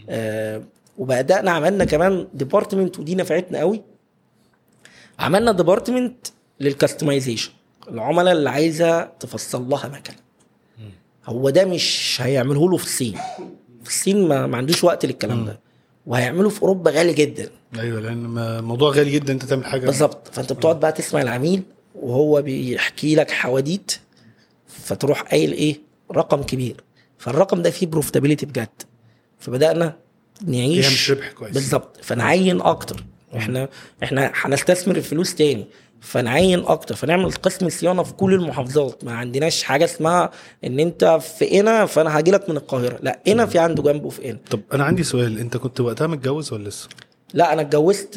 S2: وبدانا عملنا كمان ديبارتمنت، ودي نفعتنا قوي. عملنا ديبارتمنت للكاستمايزيشن، العملاء اللي عايزه تفصل لها مكنه. هو ده مش هيعمله له في الصين. في الصين ما عندوش وقت للكلام ده، وهيعمله في اوروبا غالي جدا.
S1: ايوه، لان الموضوع غالي جدا انت تعمل حاجه
S2: بالظبط. فانت بتقعد بقى تسمع العميل وهو بيحكي لك حواديت، فتروح قايل ايه رقم كبير، فالرقم ده فيه بروفيتابيليتي بجد. فبدانا نعيش
S1: مش ربح كويس.
S2: بالظبط. فنعين اكتر، احنا هنستثمر الفلوس تاني، فنعين اكتر، فنعمل قسم صيانه في كل المحافظات. ما عندناش حاجه اسمها ان انت في هنا فانا هاجي لك من القاهره، لا هنا في عنده جنبه في هنا.
S1: طب انا عندي سؤال، انت كنت وقتها متجوز ولا لسه؟
S2: لا انا اتجوزت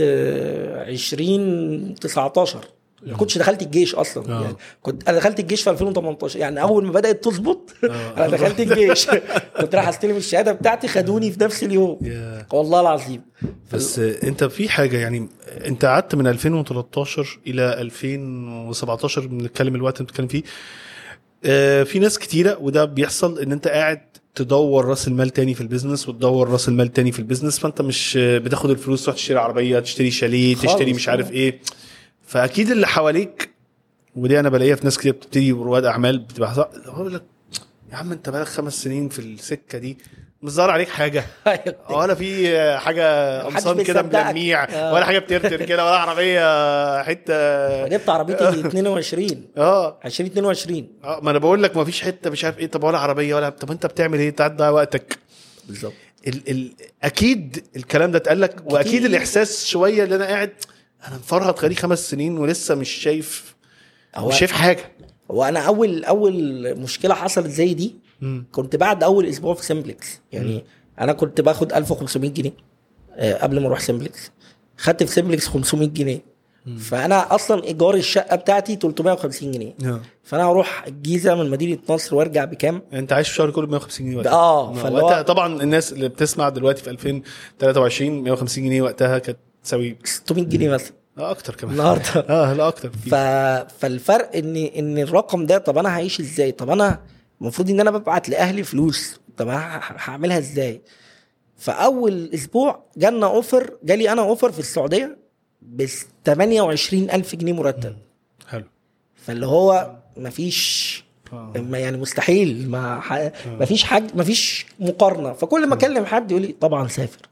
S2: 2019. ما كنتش دخلت الجيش اصلا. يعني انا دخلت الجيش في 2018، يعني اول ما بدات تظبط انا دخلت الجيش. كنت رايح استلم الشهاده بتاعتي، خدوني في نفس اليوم. والله العظيم.
S1: بس انت في حاجه، يعني انت قعدت من 2013 الى 2017 بنتكلم الوقت اللي بنتكلم فيه. في ناس كتيره وده بيحصل ان انت قاعد تدور راس المال تاني في البيزنس وتدور راس المال تاني في البيزنس، فانت مش بتاخد الفلوس تروح تشتري عربيه، تشتري شاليه، تشتري مش عارف ايه. فاكيد اللي حواليك، ودي انا بلاقيها في ناس كتير بتبتدي رواد اعمال بتبقى بقول لك يا عم انت بقالك 5 سنين في السكه دي، مش ظاهر عليك حاجه ولا في حاجه قمصان كده ملميع ولا حاجه بترتر كده ولا عربيه حته.
S2: جبت عربيتي 22 2022.
S1: ما انا بقول لك ما فيش حته مش عارف ايه. طب ولا عربيه ولا، طب انت بتعمل ايه؟ تعدي وقتك
S2: بالظبط.
S1: اكيد الكلام ده اتقال لك، واكيد الاحساس شويه اللي انا قاعد انا مفرهد خلي 5 سنين ولسه مش شايف مش شايف حاجه.
S2: هو انا اول مشكله حصلت زي دي كنت بعد اول اسبوع في سيمبلكس. يعني انا كنت باخد 1500 جنيه قبل ما اروح سيمبلكس. خدت في سيمبلكس 500 جنيه. فانا اصلا ايجار الشقه بتاعتي 350 جنيه. فانا هروح الجيزه من مدينه نصر وارجع بكام؟
S1: انت عايش في شهر كله ب 150 جنيه وقتها. طبعا الناس اللي بتسمع دلوقتي في 2023 150 جنيه وقتها كانت تساوي
S2: 600 جنيه مثلا.
S1: اكتر كمان
S2: النهارده.
S1: لا اكتر.
S2: فالفرق ان الرقم ده، طب انا هعيش ازاي؟ طب انا المفروض ان انا ببعت لاهلي فلوس، طب انا هعملها ازاي؟ فاول اسبوع جالي انا اوفر في السعوديه ب 28,000 جنيه مرتب.
S1: حلو.
S2: فاللي هو مفيش يعني مستحيل، مفيش حاجه، مفيش مقارنه. فكل ما اكلم حد يقول لي طبعا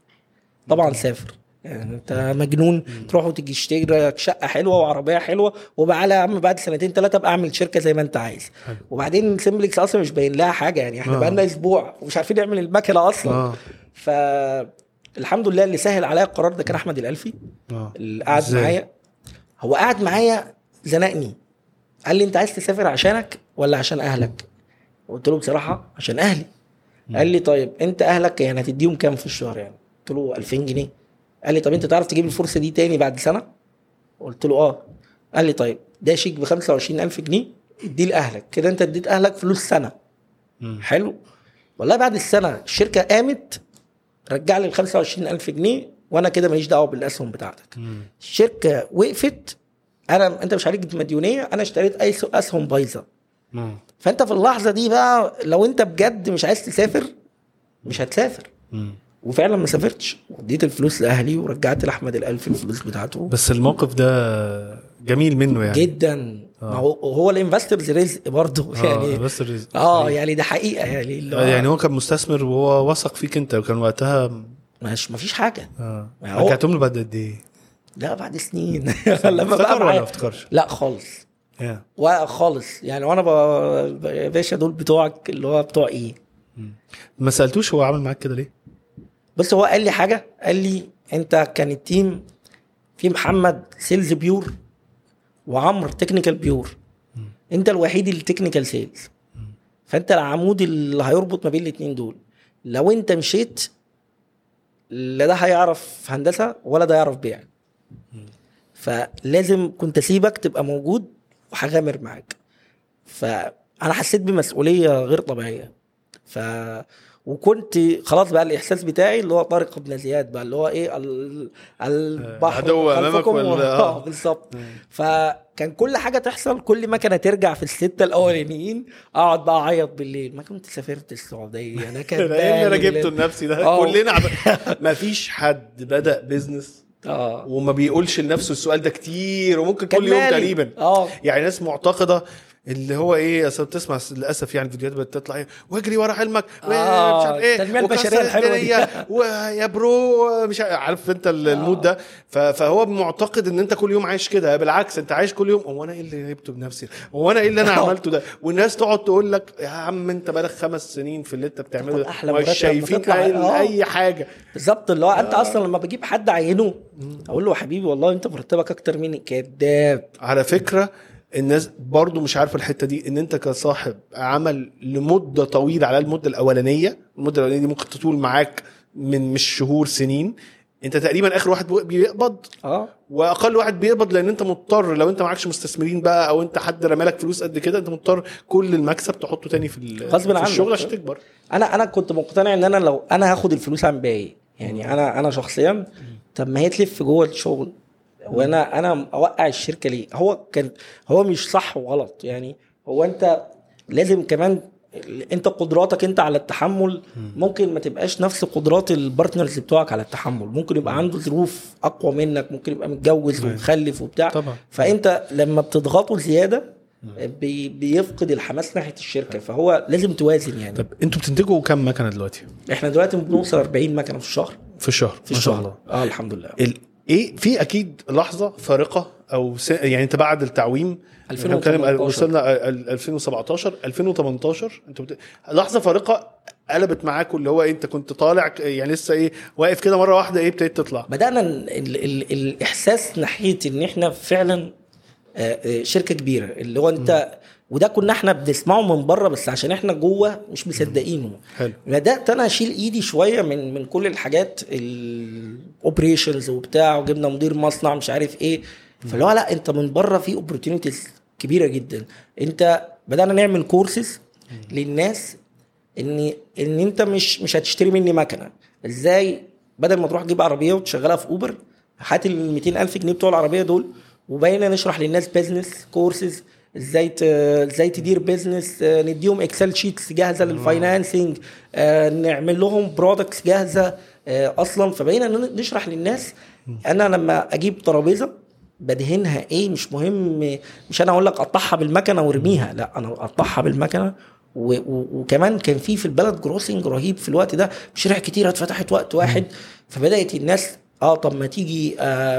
S2: سافر يعني انت مجنون تروح وتيجي تشتري شقه حلوه وعربيه حلوه وبعالها يا عم بعد 2-3 ابقى اعمل شركه زي ما انت عايز. وبعدين سيمبلكس اصلا مش باين لها حاجه، يعني احنا بقالنا اسبوع ومش عارفين نعمل المكنه اصلا. فالحمد لله اللي سهل عليا القرار ده كان احمد الالفي اللي قاعد معايا. هو قاعد معايا زنقني، قال لي انت عايز تسافر عشانك ولا عشان اهلك؟ قلت له بصراحه عشان اهلي. قال لي طيب انت اهلك يعني هتديهم كام في الشهر يعني؟ قلت له 2000 جنيه. قال لي طب انت تعرف تجيب الفرصه دي تاني بعد سنه؟ قلت له قال لي طيب ده شيك ب 25,000 جنيه اديه لاهلك، كده انت اديت اهلك فلوس سنه. حلو. والله بعد السنه الشركه قامت رجع لي ال 25,000 جنيه وانا كده ماليش دعوه بالاسهم بتاعتك. الشركه وقفت، انت مش عليك مديونيه، انا اشتريت اي اسهم بايظه. فانت في اللحظه دي بقى لو انت بجد مش عايز تسافر مش هتسافر. وفعلا ما سافرتش، وديت الفلوس لاهلي ورجعت لاحمد الالفي الفلوس بتاعته.
S1: بس الموقف ده جميل منه يعني
S2: جدا. هو الانفسترز رزق برضه يعني. يعني ده حقيقه يعني
S1: هو كان مستثمر وهو وثق فيك انت، وكان وقتها
S2: ما فيش حاجه.
S1: رجعتهم له بعد قد ايه؟
S2: لا بعد سنين. لما بقى
S1: ولا افتكرش؟
S2: لا خالص خالص يعني. وانا يا باشا دول بتوعك اللي هو بتوع ايه؟
S1: ما سالتوش هو عمل معاك كده ليه؟
S2: بس هو قال لي حاجه، قال لي انت كان التيم في محمد سيلز بيور وعمر تكنيكال بيور، انت الوحيد اللي تكنيكال سيلز، فانت العمود اللي هيربط ما بين الاثنين دول. لو انت مشيت لا ده هيعرف هندسه ولا ده يعرف بيع، فلازم كنت اسيبك تبقى موجود وهغامر معاك. فانا حسيت بمسؤوليه غير طبيعيه. وكنت خلاص بقى الاحساس بتاعي اللي هو طارق بن زياد بقى اللي هو ايه البحر
S1: عدو امامكم
S2: بالظبط. فكان كل حاجه تحصل، كل ما كانت ترجع في الستة الاولانيين اقعد بقى اعيط بالليل. ما كنت سافرت السعوديه انا كان
S1: انا جبته لنفسي ده. كلنا ما فيش حد بدا بيزنس وما بيقولش لنفسه السؤال ده كتير، وممكن كل يوم تقريبا. يعني ناس معتقده اللي هو ايه، اصل بتسمع للاسف يعني الفيديوهات بتطلع ايه واجري ورا حلمك مش عارف ايه
S2: التنميه البشريه الحلوه دي
S1: ويا برو مش عارف انت المود ده. فهو معتقد ان انت كل يوم عايش كده. بالعكس انت عايش كل يوم هو انا ايه اللي جبته بنفسي، هو انا ايه اللي انا عملته ده. والناس تقعد تقول لك يا عم انت بقالك 5 سنين في اللي انت بتعمله ده مش شايفين اي حاجه.
S2: بالظبط. اللي هو انت اصلا لما بجيب حد عينه اقول له يا حبيبي والله انت مرتبك اكتر مني. كداب.
S1: على فكره الناس برضو مش عارفه الحته دي، ان انت كصاحب عمل لمده طويله على المده الاولانيه دي ممكن تطول معاك من مش شهور سنين. انت تقريبا اخر واحد بيقبض واقل واحد بيقبض، لان انت مضطر لو انت معكش مستثمرين بقى او انت حد رمالك فلوس قد كده انت مضطر كل المكسب تحطه تاني في الشغل عشان تكبر.
S2: انا كنت مقتنع ان انا لو انا هاخد الفلوس عن باقي يعني انا شخصيا طب ما هي تلف جوه الشغل وانا اوقع الشركه ليه؟ هو مش صح وغلط يعني. هو انت لازم كمان انت قدراتك انت على التحمل ممكن ما تبقاش نفس قدرات البارتنرز بتوعك على التحمل. ممكن يبقى عنده ظروف اقوى منك، ممكن يبقى متجوز ومخلف وبتاع طبعا. فانت لما بتضغطه زياده بيفقد الحماس ناحيه الشركه. فهو لازم توازن يعني.
S1: طب انتوا بتنتجوا كام مكنه دلوقتي؟
S2: احنا دلوقتي بنوصل 40 مكنه في الشهر.
S1: ما شاء الله.
S2: الحمد لله.
S1: ايه في اكيد لحظه فارقه او يعني انت بعد التعويم
S2: 2018
S1: وصلنا 2017 2018 انت لحظه فارقه قلبت معاك اللي هو انت كنت طالع يعني لسه ايه واقف كده مره واحده ايه ابتديت تطلع.
S2: بدانا الاحساس ناحيه ان احنا فعلا شركه كبيره اللي هو انت وده كنا احنا بنسمعه من بره بس عشان احنا جوه مش مصدقينه.
S1: حلو.
S2: بدات انا اشيل ايدي شويه من كل الحاجات الاوبريشنز وبتاع وجبنا مدير مصنع مش عارف ايه. فاللي هو لا انت من بره في اوبورتيونيتيز كبيره جدا. انت بدانا نعمل كورسز للناس ان انت مش هتشتري مني مكنه ازاي بدل ما تروح تجيب عربيه وتشغلها في اوبر هات ال 200,000 جنيه بتوع العربيه دول. وبقينا نشرح للناس بيزنس كورسز ازاي تدير بيزنس نديهم اكسل شيتس جاهزه للفاينانسنج نعمل لهم برودكتس جاهزه اصلا. فبقينا نشرح للناس انا لما اجيب ترابيزه بدهنها ايه مش مهم مش انا اقول لك قطعها بالمكنه وارميها لا انا اقطعها بالمكنه وكمان كان في البلد جروسنج رهيب في الوقت ده مشاريع كتيره اتفتحت وقت واحد. فبدات الناس طب ما تيجي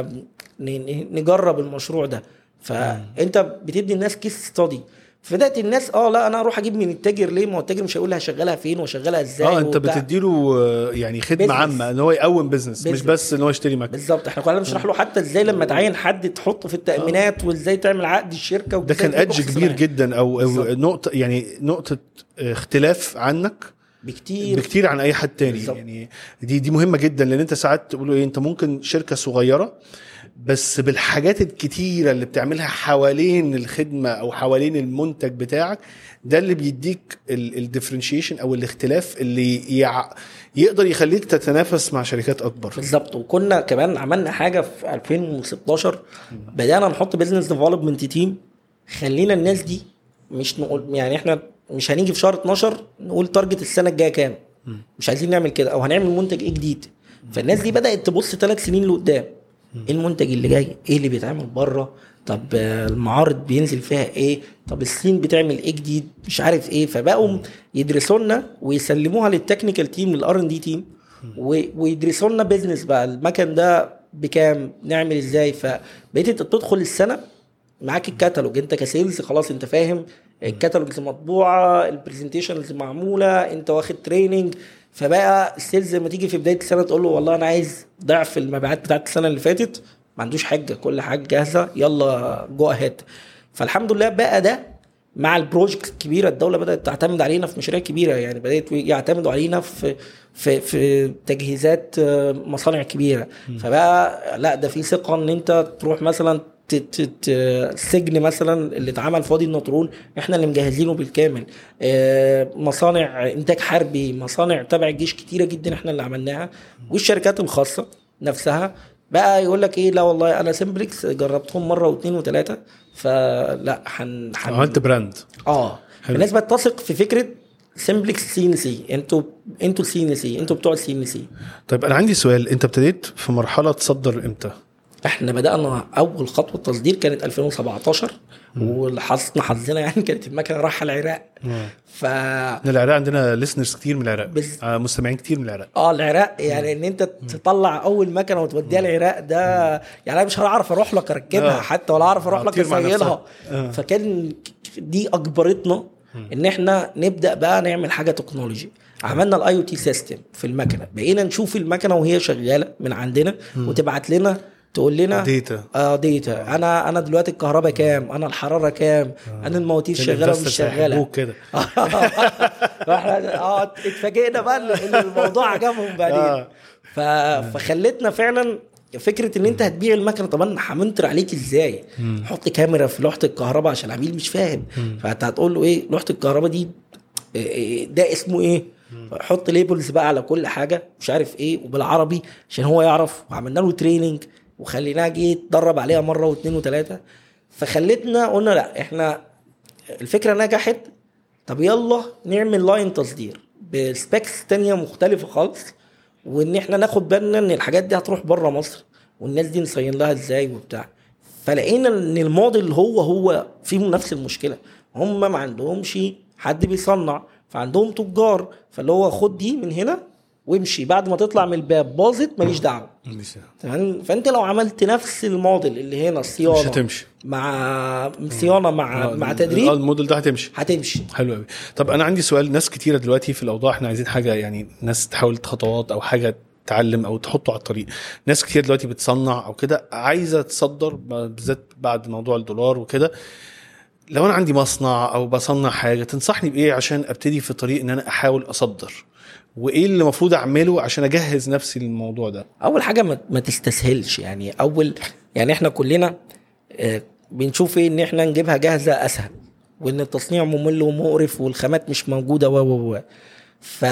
S2: نجرب المشروع ده. فانت بتدي الناس كيس ستادي. فبدات الناس لا انا اروح اجيب من التاجر ليه ما هو التاجر مش هيقول لي هشغلها فين واشغلها ازاي.
S1: انت بتديله يعني خدمه عامه ان هو يقوم بيزنس مش بس ان هو يشتري مكنه.
S2: بالظبط. احنا كنا بنشرح له حتى ازاي لما تعين حد تحطه في التامينات وازاي تعمل عقد الشركه.
S1: ده كان ادج كبير جدا او نقطه يعني نقطه اختلاف عنك بكتير عن اي حد تاني. بالزبط. يعني دي مهمه جدا لان انت ساعات تقولوا ايه انت ممكن شركه صغيره بس بالحاجات الكتيرة اللي بتعملها حوالين الخدمة أو حوالين المنتج بتاعك ده اللي بيديك الديفرنشيشن أو الاختلاف اللي يقدر يخليك تتنافس مع شركات أكبر.
S2: بالظبط. وكنا كمان عملنا حاجة في 2016 بدأنا نحط بيزنس ديفلوبمنت تيم. خلينا الناس دي مش نقول يعني احنا مش هنيجي في شهر 12 نقول تارجت السنة الجاية كام مش عايزين نعمل كده أو هنعمل منتج ايه جديد. فالناس دي بدأت تبص 3 سنين لقدام ايه المنتج اللي جاي ايه اللي بيتعمل بره طب المعارض بينزل فيها ايه طب الصين بتعمل ايه جديد مش عارف ايه. فبقوا يدرسونا ويسلموها للتكنيكال تيم للار ان دي تيم ويدرسوا لنا بيزنس بقى المكن ده بكام نعمل ازاي. فبقيت تدخل السنه معاك الكاتالوج انت كسيلز خلاص انت فاهم الكاتالوجز مطبوعه البرزنتيشنز معموله انت واخد تريننج. فبقى السيلز لما تيجي في بدايه السنه تقول له والله انا عايز ضعف المبيعات بتاعت السنه اللي فاتت ما عندوش حاجه كل حاجه جاهزه يلا جو اهيد. فالحمد لله بقى ده مع البروجكت الكبيره الدوله بدات تعتمد علينا في مشاريع كبيره يعني بدات يعتمدوا علينا في تجهيزات مصانع كبيره. فبقى لا ده في ثقه ان انت تروح مثلا السجن مثلا اللي اتعمل في وادي النطرون احنا اللي مجهزينه بالكامل. مصانع انتاج حربي مصانع تبع الجيش كتيره جدا احنا اللي عملناها. والشركات الخاصه نفسها بقى يقول لك ايه لا والله انا سيمبلكس جربتهم مره واثنين وثلاثه فلا
S1: عملت براند.
S2: الناس بقت تثق في فكره سيمبلكس سي ان سي. انتوا سي ان سي انتوا بتوع السي ان سي.
S1: طيب انا عندي سؤال انت ابتديت في مرحله تصدر امتى؟
S2: احنا بدأنا اول خطوة تصدير كانت 2017 وحظنا حظنا يعني كانت المكنة رايحة العراق.
S1: العراق عندنا ليسنرز كتير من العراق مستمعين كتير من العراق.
S2: العراق يعني ان انت تطلع اول مكنة وتوديها العراق ده يعني انا مش هعرف اروح لك اركبها حتى ولا اعرف اروح لك اسيلها. فكان دي اجبرتنا ان احنا نبدأ بقى نعمل حاجة تكنولوجي. عملنا الاي او تي سيستم في المكنة بقينا نشوف المكنة وهي شغالة من عندنا وتبعت لنا تقول لنا ديتا انا دلوقتي الكهرباء كام انا الحراره كام انا المواتير شغاله ومش شغاله
S1: كده.
S2: احنا اتفاجئنا بقى ان الموضوع عجبهم بعدين. فخلتنا فعلا فكره ان انت هتبيع المكنه طب انا همنتر عليك ازاي حط كاميرا في لوحه الكهرباء عشان العميل مش فاهم. فانت هتقول له ايه لوحه الكهرباء دي ده اسمه ايه حط ليبلز بقى على كل حاجه مش عارف ايه وبالعربي عشان هو يعرف. وعملنا له تريننج وخليناه جه يتدرب عليها مره واثنين وثلاثه. فخلتنا قلنا لا احنا الفكره نجحت طب يلا نعمل لاين تصدير بسبيكس تانية مختلفه خالص وان احنا ناخد بالنا ان الحاجات دي هتروح بره مصر والناس دي نصين لها ازاي وبتاع. فلقينا ان الموديل هو فيه نفس المشكله هم ما عندهمش حد بيصنع فعندهم تجار فاللي هو خد دي من هنا وامشي بعد ما تطلع من الباب باظت ماليش دعوه. فانت لو عملت نفس الموديل اللي هنا الصيانه مش هتمشي مع صيانه مع تدريب
S1: الموديل ده هتمشي. حلو قوي. طب انا عندي سؤال ناس كتيره دلوقتي في الاوضاع احنا عايزين حاجه يعني ناس تحاول خطوات او حاجه تعلم او تحطه على الطريق. ناس كتير دلوقتي بتصنع او كده عايزه تصدر بالذات بعد موضوع الدولار وكده. لو انا عندي مصنع او بصنع حاجه تنصحني بايه عشان ابتدي في طريق ان انا احاول اصدر؟ وايه اللي المفروض اعمله عشان اجهز نفسي للموضوع ده؟
S2: اول حاجه ما تستسهلش. يعني يعني احنا كلنا بنشوف ايه، ان احنا نجيبها جاهزه اسهل، وان التصنيع ممل ومقرف والخامات مش موجوده ف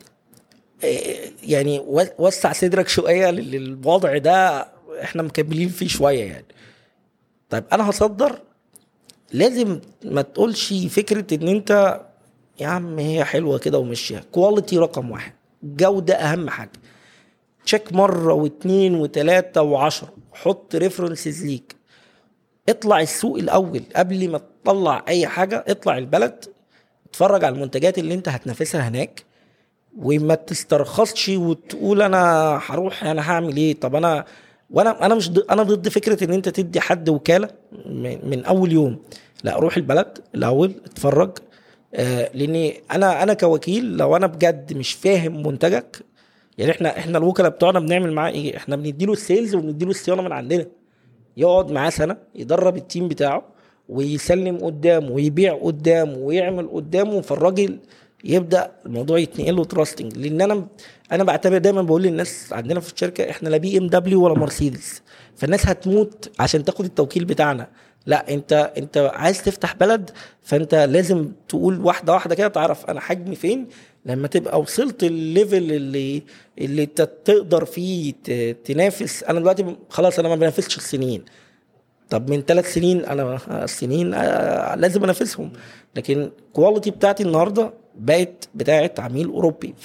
S2: يعني وسع صدرك شويه للوضع ده، احنا مكملين فيه شويه يعني. طيب انا هصدر، لازم ما تقولش فكره ان انت يا عم هي حلوه كده ومشيها. كواليتي رقم 1، جوده اهم حاجه. تشيك مره واثنين وثلاثه وعشرة، حط ريفرنسز ليك. اطلع السوق الاول قبل ما تطلع اي حاجه. اطلع البلد، اتفرج على المنتجات اللي انت هتنافسها هناك، وما تسترخصش وتقول انا هروح انا هعمل ايه. طب انا مش انا ضد فكره ان انت تدي حد وكاله من اول يوم. لا، روح البلد الاول اتفرج. لاني انا كوكيل لو انا بجد مش فاهم منتجك، يعني احنا الوكلاء بتوعنا بنعمل معاه ايه؟ احنا بنديله السيلز وبنديله الصيانه من عندنا. يقعد معاه سنه يدرب التيم بتاعه ويسلم قدامه ويبيع قدامه ويعمل قدامه، فالراجل يبدا الموضوع يتنقل له تراستنج. لان انا بعتبر دايما بقول للناس عندنا في الشركه احنا لا BMW ولا مرسيدس، فالناس هتموت عشان تاخد التوكيل بتاعنا. لا، انت عايز تفتح بلد، فانت لازم تقول واحده واحده كده، تعرف انا حجمي فين. لما تبقى وصلت الليفل اللي تقدر فيه تنافس. انا دلوقتي خلاص انا ما بنافسش السنين. طب من 3 سنين انا السنين لازم انافسهم، لكن الكواليتي بتاعتي النهارده بقت بتاعت عميل اوروبي.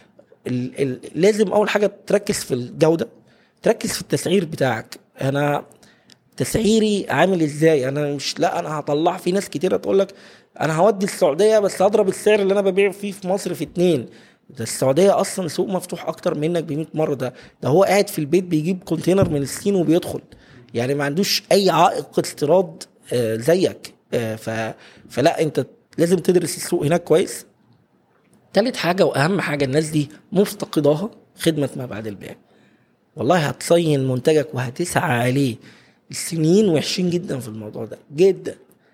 S2: لازم اول حاجه تركز في الجوده، تركز في التسعير بتاعك. انا تسعيري عامل ازاي؟ انا مش انا هطلع. في ناس كتيره تقول لك انا هودي السعوديه بس هضرب السعر اللي انا ببيع فيه في مصر في 2. ده السعوديه اصلا سوق مفتوح اكتر منك ب100 مره. ده هو قاعد في البيت بيجيب كونتينر من الصين وبيدخل، يعني ما عندوش اي عائق استيراد زيك. فلا، انت لازم تدرس السوق هناك كويس. تالت حاجه واهم حاجه الناس دي مفتقداها، خدمه ما بعد البيع. والله هتصين منتجك وهتسعى عليه. الصينيين وحشين جدا في الموضوع ده جدا.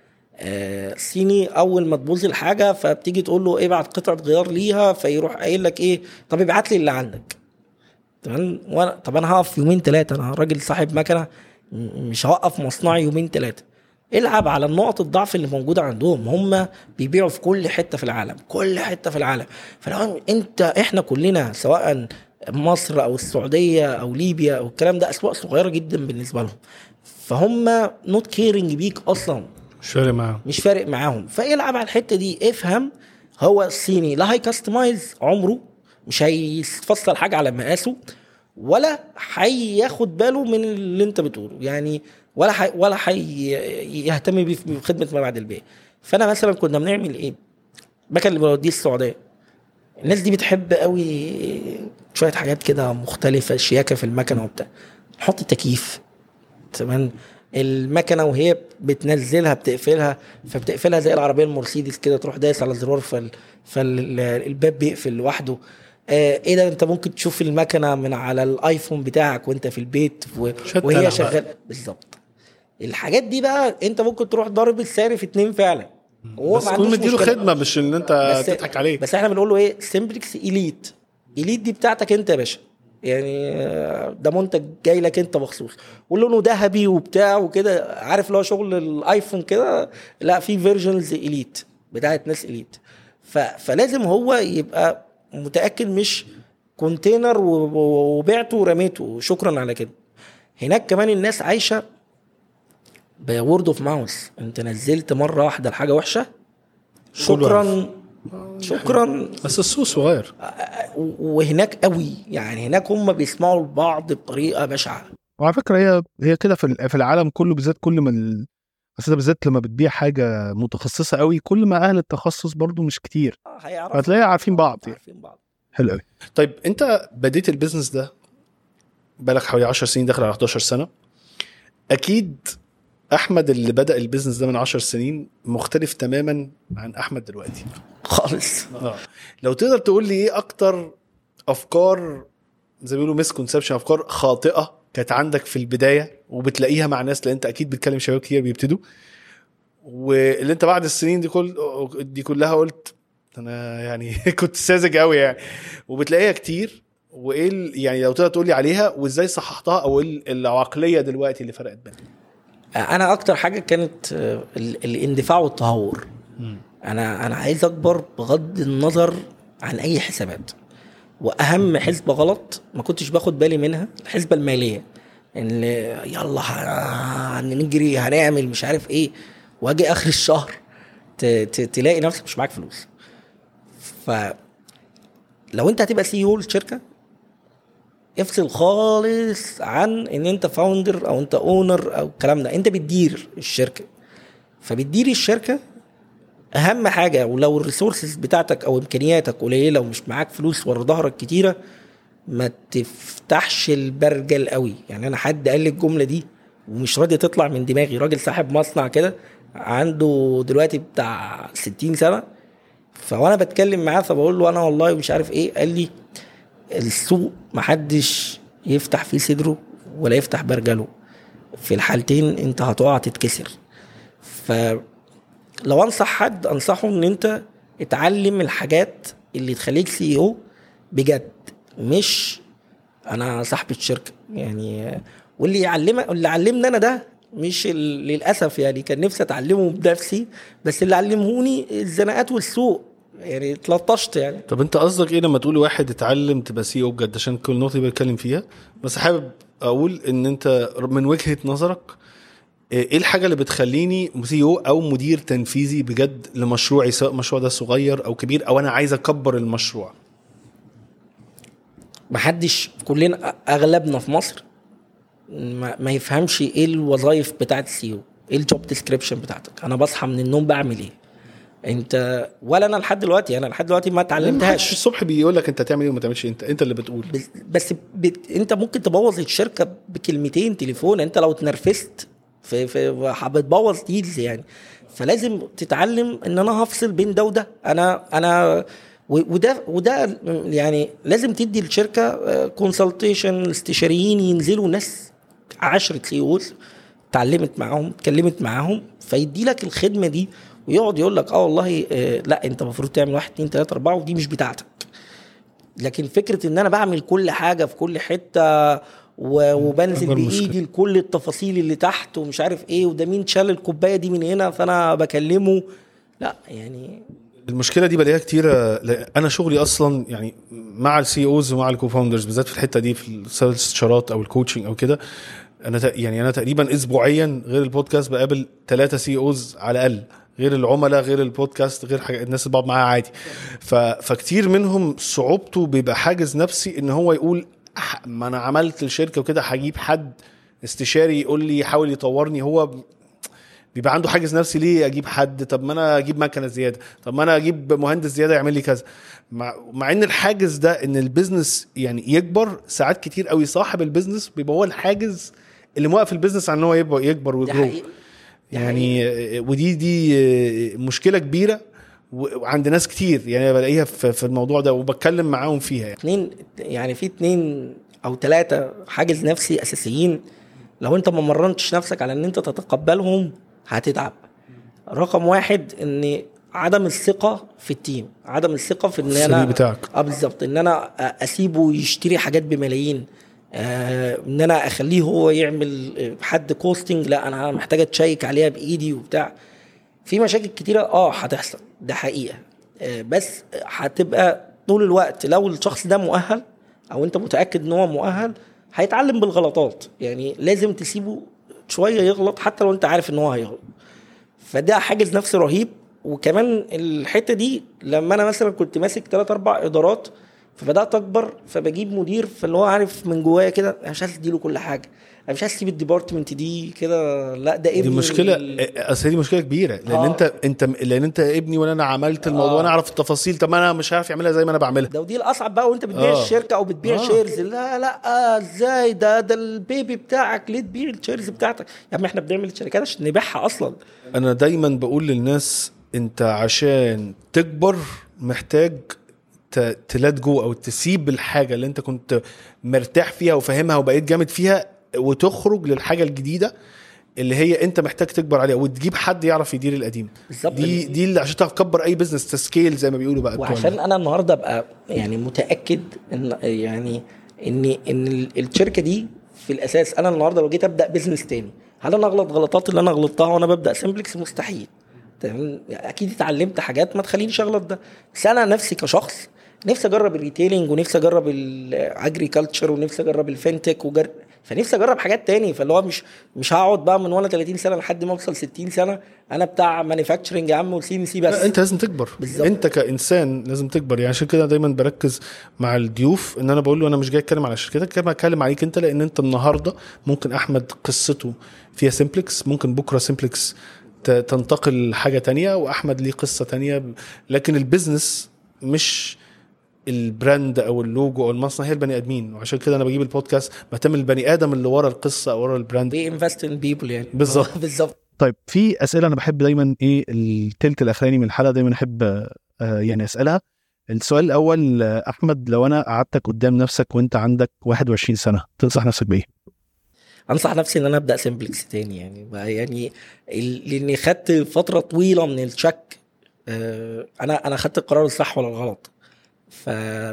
S2: الصيني اول ما تبوظ الحاجه فبتيجي تقول له ابعت قطعه غيار ليها، فيروح قايل لك ايه؟ طب ابعت لي اللي عندك. تمام. طب انا هقف يومين 3، انا راجل صاحب مكنه مش هوقف مصنعي يومين 3. العب على النقط الضعف اللي موجوده عندهم. هم بيبيعوا في كل حته في العالم، كل حته في العالم. فلو احنا كلنا سواء مصر او السعوديه او ليبيا او الكلام ده، اسواق صغيره جدا بالنسبه لهم، فهم نوت كيرنج بيك اصلا، مش فارق معاهم. فالعب على الحته دي. افهم هو الصيني لا هي كاستمايز عمره، مش هيفصل حاجه على مقاسه، ولا هياخد باله من اللي انت بتقوله يعني، ولا يهتم بخدمه ما بعد البيع. فانا مثلا كنا بنعمل ايه؟ المكن اللي بوديه السعوديه، الناس دي بتحب قوي شويه حاجات كده مختلفه، شياكه في المكنه وبتاع. نحط تكييف. تمام. المكنه وهي بتنزلها بتقفلها، فبتقفلها زي العربيه المرسيدس كده، تروح دايس على الزرار فالباب بيقفل لوحده. ايه ده؟ انت ممكن تشوف المكنه من على الايفون بتاعك وانت في البيت وهي شغاله بالظبط. الحاجات دي بقى انت ممكن تروح ضارب السعر في 2 فعلا.
S1: هو بس تكون مديله خدمه، مش ان انت تضحك عليه.
S2: بس احنا بنقول له ايه؟ سيمبلكس إليت دي بتاعتك انت يا باشا، يعني ده منتج جاي لك انت مخصوص، ولونه ذهبي وبتاع وكده، عارف اللي هو شغل الايفون كده. لا، في فيرجنز إليت بتاعت ناس إليت. فلازم هو يبقى متأكد، مش كونتينر وبعته ورميته شكرا على كده. هناك كمان الناس عايشة بورد اوف ماوس. انت نزلت مرة واحدة الحاجة وحشة، شكرا.
S1: بس السوق صغير
S2: وهناك قوي، يعني هناك هم بيسمعوا البعض بطريقة بشعة.
S3: وعلى فكرة هي كده في العالم كله، بالذات كل ما بالذات لما بتبيع حاجة متخصصة قوي، كل ما أهل التخصص برضو مش كتير، هتلاقي عارفين بعض يعني. حلو قوي.
S1: طيب انت بديت البيزنس ده بقالك حوالي 10 سنين، داخل على 11 سنة. اكيد احمد اللي بدأ البيزنس ده من 10 سنين مختلف تماما عن احمد دلوقتي
S2: خالص.
S1: لو تقدر تقول لي ايه اكتر افكار زي ما بيقولوا مسكونسبشن، افكار خاطئه كانت عندك في البدايه وبتلاقيها مع ناس، لان انت اكيد بتكلم شباب كتير بيبتدوا، واللي انت بعد السنين دي كلها قلت انا يعني كنت ساذج قوي يعني، وبتلاقيها كتير. وايه يعني لو تقول لي عليها وازاي صححتها، او العقليه دلوقتي اللي فرقت بينها؟
S2: انا اكتر حاجه كانت الاندفاع والتهور. انا عايز اكبر بغض النظر عن اي حسابات. واهم حسبه غلط ما كنتش باخد بالي منها الحسبه الماليه، ان يلا هنجري هنعمل مش عارف ايه، واجي اخر الشهر تلاقي نفسك مش معاك فلوس. فلو انت هتبقى سي او للشركه، افصل خالص عن ان انت فاوندر او انت اونر او الكلام ده. انت بتدير الشركه، فبتدير الشركه اهم حاجه. ولو الريسورسز بتاعتك او امكانياتك قليله ومش معاك فلوس ورا ظهرك كتيره، ما تفتحش البرجل قوي. يعني انا حد قال لي الجمله دي ومش راضي تطلع من دماغي، راجل صاحب مصنع كده عنده دلوقتي بتاع 60 سنه، فوانا بتكلم معاه فبقول له انا والله مش عارف ايه، قال لي السوق محدش يفتح فيه صدره ولا يفتح برجله، في الحالتين انت هتقع تتكسر. فلو انصح حد انصحه ان انت اتعلم الحاجات اللي تخليك سي او بجد، مش انا صاحب الشركه يعني. واللي يعلمك اللي علمنا انا ده مش للاسف يعني كان نفسي اتعلمه بنفسي، بس اللي علمهوني الزناقات والسوق يعني اتلطشت يعني.
S1: طب انت قصدك ايه لما تقول واحد اتعلم تبقى سي او بجد؟ عشان كل نقطه بتكلم فيها، بس حابب اقول ان انت من وجهه نظرك ايه الحاجه اللي بتخليني سي او او مدير تنفيذي بجد لمشروعي، سواء المشروع ده صغير او كبير، او انا عايز اكبر المشروع؟
S2: محدش، كلنا اغلبنا في مصر ما يفهمش ايه الوظائف بتاعت السي او، ايه الجوب ديسكريبشن بتاعتك. انا بصحى من النوم بعمل ايه؟ انت ولا انا لحد دلوقتي ما اتعلمتهاش.
S1: الصبح بيقول لك انت تعمل ايه وما تعملش، انت اللي بتقول.
S2: بس انت ممكن تبوظ الشركه بكلمتين تليفون. انت لو اتنرفزت بتبوظ ديلز يعني. فلازم تتعلم ان انا هفصل بين ده وده. انا وده يعني لازم تدي الشركه كونسلتيشن، استشاريين ينزلوا ناس 10 سي اوز اتعلمت معاهم اتكلمت معاهم، فيدي لك الخدمه دي ويقعد يقول لك والله لا انت المفروض تعمل 1 2 3 4 ودي مش بتاعتك. لكن فكره ان انا بعمل كل حاجه في كل حته وبنزل بايدي لكل التفاصيل اللي تحت ومش عارف ايه، وده مين شال الكوبايه دي من هنا فانا بكلمه، لا يعني.
S1: المشكله دي بلاقيها كتير. انا شغلي اصلا يعني مع السي اوز ومع الكوفاوندرز بالذات في الحته دي، في الاستشارات او الكوتشنج او كده. انا تقريبا اسبوعيا غير البودكاست بقابل 3 سي اوز على الاقل، غير العملاء غير البودكاست غير الناس اللي بقعد معاها عادي. فكتير منهم صعوبته بيبقى حاجز نفسي ان هو يقول ما انا عملت الشركه وكده هجيب حد استشاري يقول لي يحاول يطورني. هو بيبقى عنده حاجز نفسي، ليه اجيب حد؟ طب ما انا اجيب مكنه زياده، طب ما انا اجيب مهندس زياده يعمل لي كذا. مع ان الحاجز ده ان البيزنس يعني يكبر، ساعات كتير قوي صاحب البيزنس بيبقى هو الحاجز اللي موقف البيزنس عن ان هو يكبر ويجرو يعني. ودي مشكله كبيره وعند ناس كتير يعني بلاقيها في الموضوع ده وبتكلم معاهم فيها
S2: يعني في 2 أو 3 حاجز نفسي اساسيين. لو انت ما مرنتش نفسك على ان انت تتقبلهم هتتعب. رقم 1 ان عدم الثقه في التيم، عدم الثقه في ان انا بالظبط ان انا اسيبه يشتري حاجات بملايين، ان انا اخليه هو يعمل حد كوستنج، لا انا محتاجه اتشيك عليها بايدي وبتاع. في مشاكل كتيره هتحصل، ده حقيقه. بس هتبقى طول الوقت لو الشخص ده مؤهل او انت متاكد ان هو مؤهل هيتعلم بالغلطات. يعني لازم تسيبه شويه يغلط حتى لو انت عارف ان هو هيغلط. فده حاجز نفسي رهيب. وكمان الحته دي لما انا مثلا كنت ماسك 3-4 ادارات فبدات اكبر، فبجيب مدير فاللي هو عارف من جوايا كده انا مش عايز اديله كل حاجه، انا مش عايز اسيب الديبارتمنت دي كده، لا ده ابني.
S1: دي مشكله اصل دي مشكله كبيره لان انت ابني وانا عملت الموضوع وانا اعرف التفاصيل. طب انا مش عارف يعملها زي ما انا بعملها.
S2: ده ودي الاصعب بقى وانت بتبيع الشركه او بتبيع شيرز. لا ازاي ده البيبي بتاعك، ليه تبيع الشيرز بتاعتك يا عم؟ احنا بنعمل الشركات عشان نبيعها اصلا.
S1: انا دايما بقول للناس انت عشان تكبر محتاج تلات جو او تسيب الحاجه اللي انت كنت مرتاح فيها وفاهمها وبقيت جامد فيها وتخرج للحاجه الجديده اللي هي انت محتاج تكبر عليها وتجيب حد يعرف يدير القديم. دي اللي عشان تعرف تكبر اي بزنس تسكيل زي ما بيقولوا بقى.
S2: وعشان انا النهارده ابقى يعني متاكد ان يعني ان الشركه دي في الاساس، انا النهارده لو جيت ابدا بزنس تاني هل انا اغلط غلطات اللي انا غلطتها وانا ببدا سمبلكس؟ مستحيل. تمام، اكيد اتعلمت حاجات ما تخلينيش اغلط ده. بس انا نفسي كشخص نفسي اجرب الريتيلينج ونفسي اجرب الاجريكلتشر ونفسي اجرب الفينتك فنفسي اجرب حاجات تاني. فاللي هو مش هقعد بقى من وانا 30 سنه لحد ما اوصل 60 سنه انا بتاع مانيفاكتشرنج يا عم وسي سي بس.
S1: انت لازم تكبر
S2: بالزبط.
S1: انت كانسان لازم تكبر. يعني عشان كده دايما بركز مع الضيوف ان انا بقول له انا مش جاي اتكلم على شركتك، كما اتكلم عليك انت، لان انت النهارده ممكن احمد قصته فيها سمبلكس، ممكن بكره سمبلكس تنتقل حاجه تانية واحمد ليه قصه تانية. لكن البيزنس مش البراند او اللوجو او المصنع، هي البني ادمين. وعشان كده انا بجيب البودكاست بهتم البني ادم اللي ورا القصه او ورا البراند.
S2: بي انفست ان بيبل يعني.
S1: بالظبط
S2: بالظبط.
S3: طيب في اسئله انا بحب دايما التلت الاخراني من الحلقه دايما احب يعني اسالها. السؤال الاول، احمد لو انا قعدتك قدام نفسك وانت عندك 21 سنه تنصح نفسك بايه؟
S2: انصح نفسي ان انا ابدا سمبلكس تاني يعني لاني خدت فتره طويله من الشك. انا خدت القرار الصح ولا الغلط. ف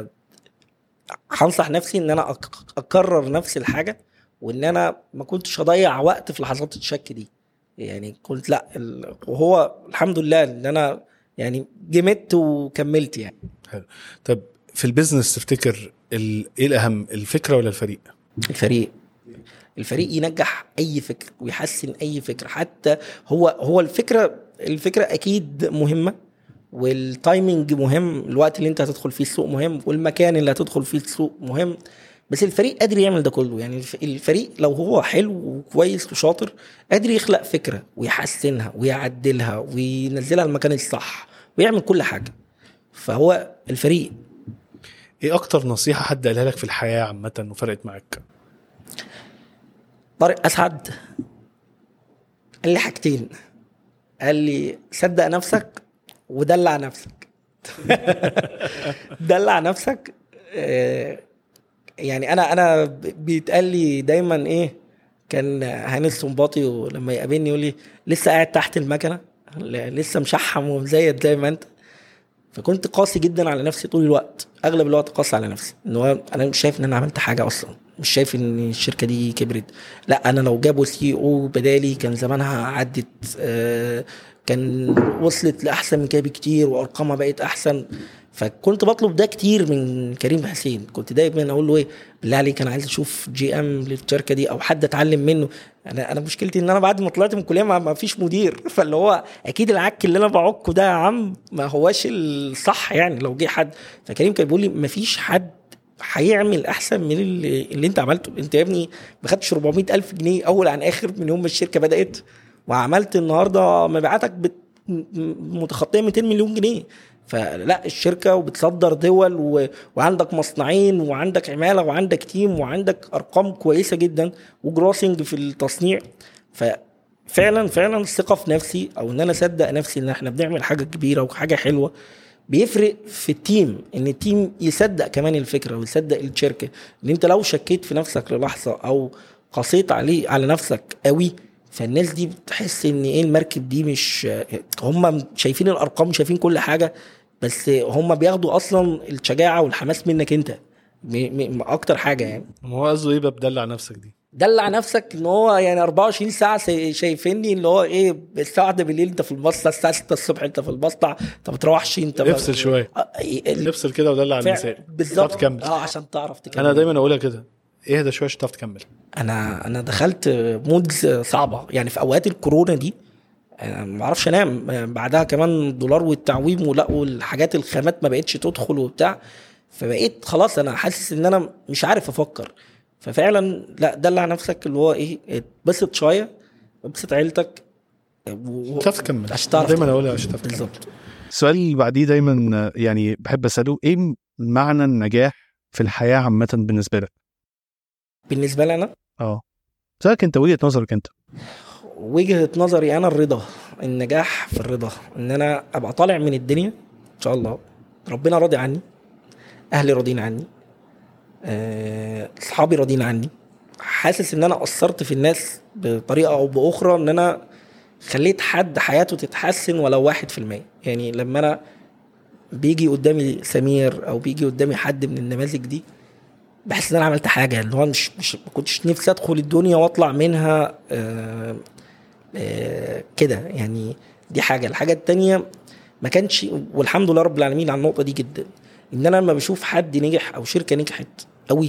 S2: هنصح نفسي ان انا اكرر نفس الحاجه وان انا ما كنتش هضيع وقت في لحظات الشك دي. يعني قلت لا وهو الحمد لله ان انا يعني جمدت وكملت يعني.
S1: حلو. طب في البيزنس تفتكر ايه الاهم، الفكره ولا الفريق؟
S2: الفريق ينجح اي فكر ويحسن اي فكر. حتى هو الفكره اكيد مهمه، والتايمينج مهم، الوقت اللي انت هتدخل فيه السوق مهم، والمكان اللي هتدخل فيه السوق مهم. بس الفريق قادر يعمل ده كله. يعني الفريق لو هو حلو وكويس وشاطر قادر يخلق فكرة ويحسنها ويعدلها وينزلها المكان الصح ويعمل كل حاجة. فهو الفريق.
S1: ايه اكتر نصيحة حد قالها لك في الحياة عامة وفرقت معك؟
S2: طارق أسعد قال لي حاجتين. قال لي صدق نفسك ودلع نفسك. دلع نفسك. يعني انا بيتقال لي دايما ايه، كان هاني السنباطي ولما يقابلني يقول لي لسه قاعد تحت المكنه، لسه مشحم ومزيد زي ما انت. فكنت قاسي جدا على نفسي طول الوقت، اغلب الوقت قاسي على نفسي، ان هو انا مش شايف ان انا عملت حاجه اصلا، مش شايف ان الشركه دي كبرت. لا انا لو جابوا سي او بدالي كان زمانها عدت، كان وصلت لاحسن من كده بكتير وارقامها بقت احسن. فكنت بطلب ده كتير من كريم حسين. كنت دايما اقول له ايه، بالله عليك انا عايز اشوف جي ام للشركه دي او حد اتعلم منه. انا مشكلتي ان انا بعد ما طلعت من الكليه ما فيش مدير، فاللي هو اكيد العك اللي انا بعكه ده يا عم ما هواش الصح. يعني لو جه حد، فكريم كان بيقول لي ما فيش حد هيعمل احسن من اللي انت عملته. انت يا ابني ما خدتش 400,000 جنيه اول عن اخر من يوم ما الشركه بدات، وعملت النهارده مبيعاتك متخطيه 200 مليون جنيه. فلا الشركه وبتصدر دول وعندك مصنعين وعندك عماله وعندك تيم وعندك ارقام كويسه جدا وجروسنج في التصنيع. ففعلا الثقه في نفسي او ان انا اصدق نفسي ان احنا بنعمل حاجه كبيره وحاجه حلوه بيفرق في التيم. ان التيم يصدق كمان الفكره ويصدق الشركه. ان انت لو شكيت في نفسك للحظه او قصيت على نفسك قوي، فالناس دي بتحس ان ايه المركب دي مش هم شايفين الارقام شايفين كل حاجه، بس هم بياخدوا اصلا الشجاعه والحماس منك انت اكتر حاجه. يعني
S1: هو قصده ايه بدلع نفسك دي؟
S2: دلع نفسك ان هو يعني 24 ساعه شايفيني اللي هو ايه، الساعه 1 بالليل انت في المصنع، الساعه 6 الصبح انت في المصنع، انت ما بتروحش انت
S1: افصل شويه افصل كده ودلع المسائل
S2: بالظبط. عشان تعرف تكمل.
S1: انا دايما اقولها كده، اهدى شويه عشان تعرف تكمل.
S2: انا دخلت مودز صعبه يعني في اوقات الكورونا دي. انا ما اعرفش انام بعدها، كمان الدولار والتعويم والحاجات الخامات ما بقتش تدخل وبتاع. فبقيت خلاص انا حاسس ان انا مش عارف افكر. ففعلا لا دلع نفسك اللي هو ايه، اتبسط شويه، اتبسط عيلتك
S1: تعرف تكمل.
S2: دايما
S1: اقولها عشان تعرف تكمل.
S3: السؤال اللي بعديه دايما يعني بحب اساله، ايه معنى النجاح في الحياه عامه بالنسبه لك؟
S2: بالنسبه لي انا
S3: سألك انت وجهة نظرك انت.
S2: وجهة نظري انا الرضا. النجاح في الرضا، ان انا ابقى طالع من الدنيا ان شاء الله ربنا راضي عني، اهلي راضين عني، اصحابي راضين عني، حاسس ان انا قصرت في الناس بطريقه او باخرى، ان انا خليت حد حياته تتحسن ولو 1%. يعني لما انا بيجي قدامي سمير او بيجي قدامي حد من النماذج دي، بحس ان انا عملت حاجه، اللي هو مش ما كنتش نفسي ادخل الدنيا واطلع منها كده يعني. دي حاجه. الحاجه التانية ما كانش، والحمد لله رب العالمين على النقطه دي جدا، ان انا لما بشوف حد نجح او شركه نجحت قوي،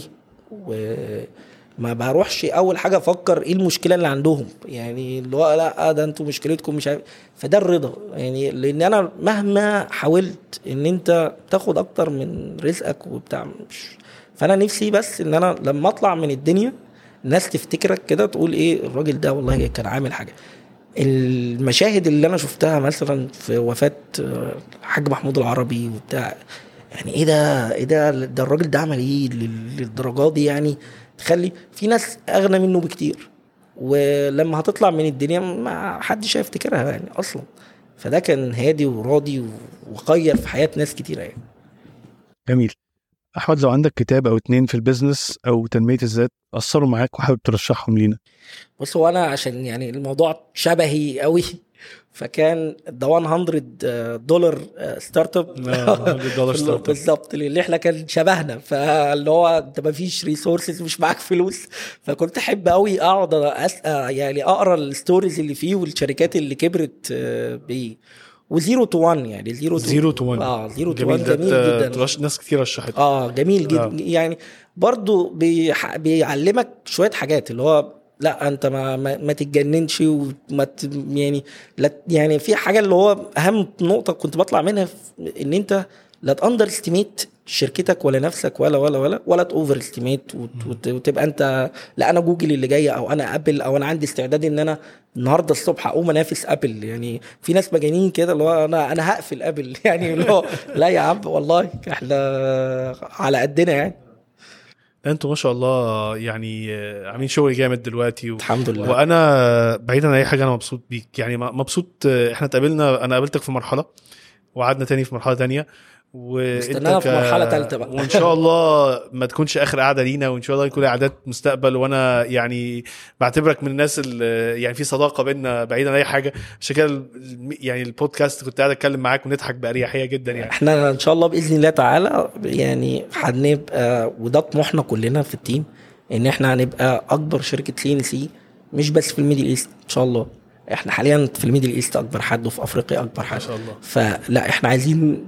S2: وما بروحش اول حاجه افكر ايه المشكله اللي عندهم، يعني اللي هو لا ده انتوا مشكلتكم مش عارف. فده الرضا، يعني لان انا مهما حاولت ان انت تاخد اكتر من رزقك وبتاع، فانا نفسي بس ان انا لما اطلع من الدنيا الناس تفتكرك كده، تقول ايه الراجل ده والله كان عامل حاجه. المشاهد اللي انا شفتها مثلا في وفاه الحاج محمود العربي وبتاع، يعني ايه ده الراجل ده عمل ايه للدرجات دي؟ يعني تخلي في ناس اغنى منه بكتير، ولما هتطلع من الدنيا ما حدش هيفتكرها يعني اصلا. فده كان هادي وراضي وغير في حياة ناس كتيرة يعني.
S3: جميل. احمد، لو عندك كتاب او 2 في البيزنس او تنمية الذات اثروا معاك وحابب ترشحهم لينا.
S2: بص، هو انا عشان يعني الموضوع شبهي قوي، فكان ده $100 ستارت اب. بالظبط، اللي احنا كان شبهنا، فاللي هو انت ما فيش ريسورسز، مش معاك فلوس، فكنت احب قوي اقعد يعني اقرا الستوريز اللي فيه والشركات اللي كبرت بيه. وزيرو تو 1، يعني
S1: زيرو تو 1
S2: جميل جدا.
S1: ناس كتير رشحت.
S2: جميل جدا. يعني برضو بيعلمك شويه حاجات، اللي هو لا انت ما تتجننش وما يعني لا، يعني في حاجه اللي هو اهم نقطه كنت بطلع منها، ان انت لا تاندر استيميت شركتك ولا نفسك ولا تاوفر استيميت، وتبقى انت لا انا جوجل اللي جايه، او انا ابل، او انا عندي استعداد ان انا النهارده الصبح اقوم انافس ابل. يعني في ناس مجانين كده، اللي هو انا هقفل ابل يعني اللي هو لا يا عم والله احنا على قدنا يعني.
S1: انتوا ما شاء الله يعني عاملين شغل جامد دلوقتي
S2: الحمد لله.
S1: وانا بعيدا عن اي حاجه انا مبسوط بيك، يعني مبسوط. احنا اتقابلنا، انا قابلتك في مرحله وقعدنا تاني في مرحله تانية،
S2: واستنانا في مرحله ثالثه بقى
S1: وان شاء الله ما تكونش اخر قعده لينا، وان شاء الله يكون قعدات مستقبل. وانا يعني بعتبرك من الناس اللي يعني في صداقه بيننا بعيدا عن اي حاجه، عشان كده يعني البودكاست كنت قاعد اتكلم معاك ونضحك باريحيه جدا. يعني
S2: احنا ان شاء الله باذن الله تعالى يعني هنبقى، وده طموحنا كلنا في التيم، ان احنا هنبقى اكبر شركه CNC مش بس في الميدل ايست ان شاء الله. احنا حاليا في الميدل ايست اكبر حد، وفي افريقيا اكبر حد
S1: ما شاء الله.
S2: فلا احنا عايزين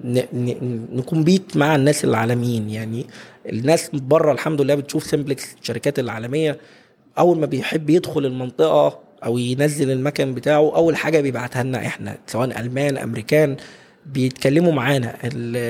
S2: نكمبيت مع الناس العالميين. يعني الناس بره الحمد لله بتشوف سمبلكس الشركات العالميه، اول ما بيحب يدخل المنطقه او ينزل المكن بتاعه، اول حاجه بيبعتها لنا احنا، سواء المان امريكان، بيتكلموا معانا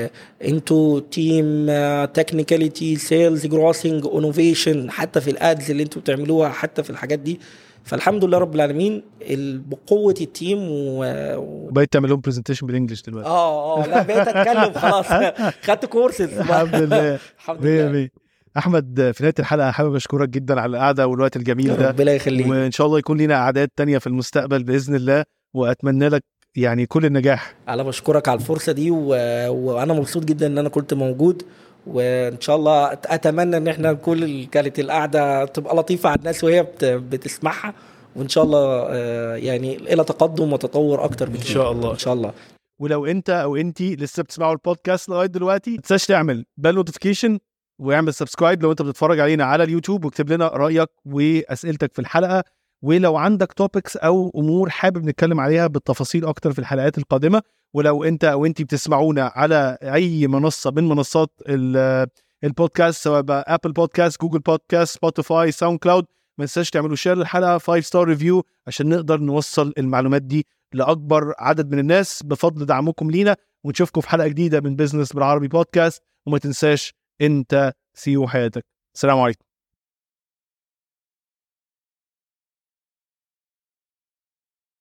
S2: انتوا تيم تكنيكاليتي سيلز جروسنج انوفيشن، حتى في الادز اللي انتوا بتعملوها، حتى في الحاجات دي. فالحمد لله رب العالمين بقوه التيم
S3: وبقيت تعمل لهم برزنتيشن بالانجلش دلوقتي.
S2: لا بقيت اتكلم خلاص. خدت كورسز
S3: الحمد لله.
S2: الحمد لله.
S3: احمد، في نهايه الحلقه حابب اشكرك جدا على القعده والوقت الجميل ده،
S2: ربنا يخليك،
S3: وان شاء الله يكون لنا قعدات تانية في المستقبل باذن الله، واتمنى لك يعني كل النجاح.
S2: انا بشكرك على الفرصه دي، وانا مبسوط جدا ان انا كنت موجود، وان شاء الله اتمنى ان احنا كانت القعده تبقى لطيفه على الناس وهي بتسمعها، وان شاء الله يعني الى تقدم وتطور اكتر بكتير
S1: ان شاء الله
S2: ان شاء الله.
S3: ولو انت او انتي لسه بتسمعوا البودكاست لغايه دلوقتي، ما تنساش تعمل بال نوتيفيكيشن واعمل سبسكرايب لو انت بتتفرج علينا على اليوتيوب، واكتب لنا رايك واسئلتك في الحلقه، ولو عندك توبكس او امور حابب نتكلم عليها بالتفاصيل اكتر في الحلقات القادمه. ولو انت او انتي بتسمعونا على اي منصه من منصات البودكاست، سواء بقى ابل بودكاست، جوجل بودكاست، سبوتيفاي، ساوند كلاود، ما تنساش تعملوا شير للحلقه 5 ستار ريفيو عشان نقدر نوصل المعلومات دي لاكبر عدد من الناس بفضل دعمكم لينا. ونشوفكم في حلقه جديده من بيزنس بالعربي بودكاست، وما تنساش انت سيو حياتك. السلام عليكم.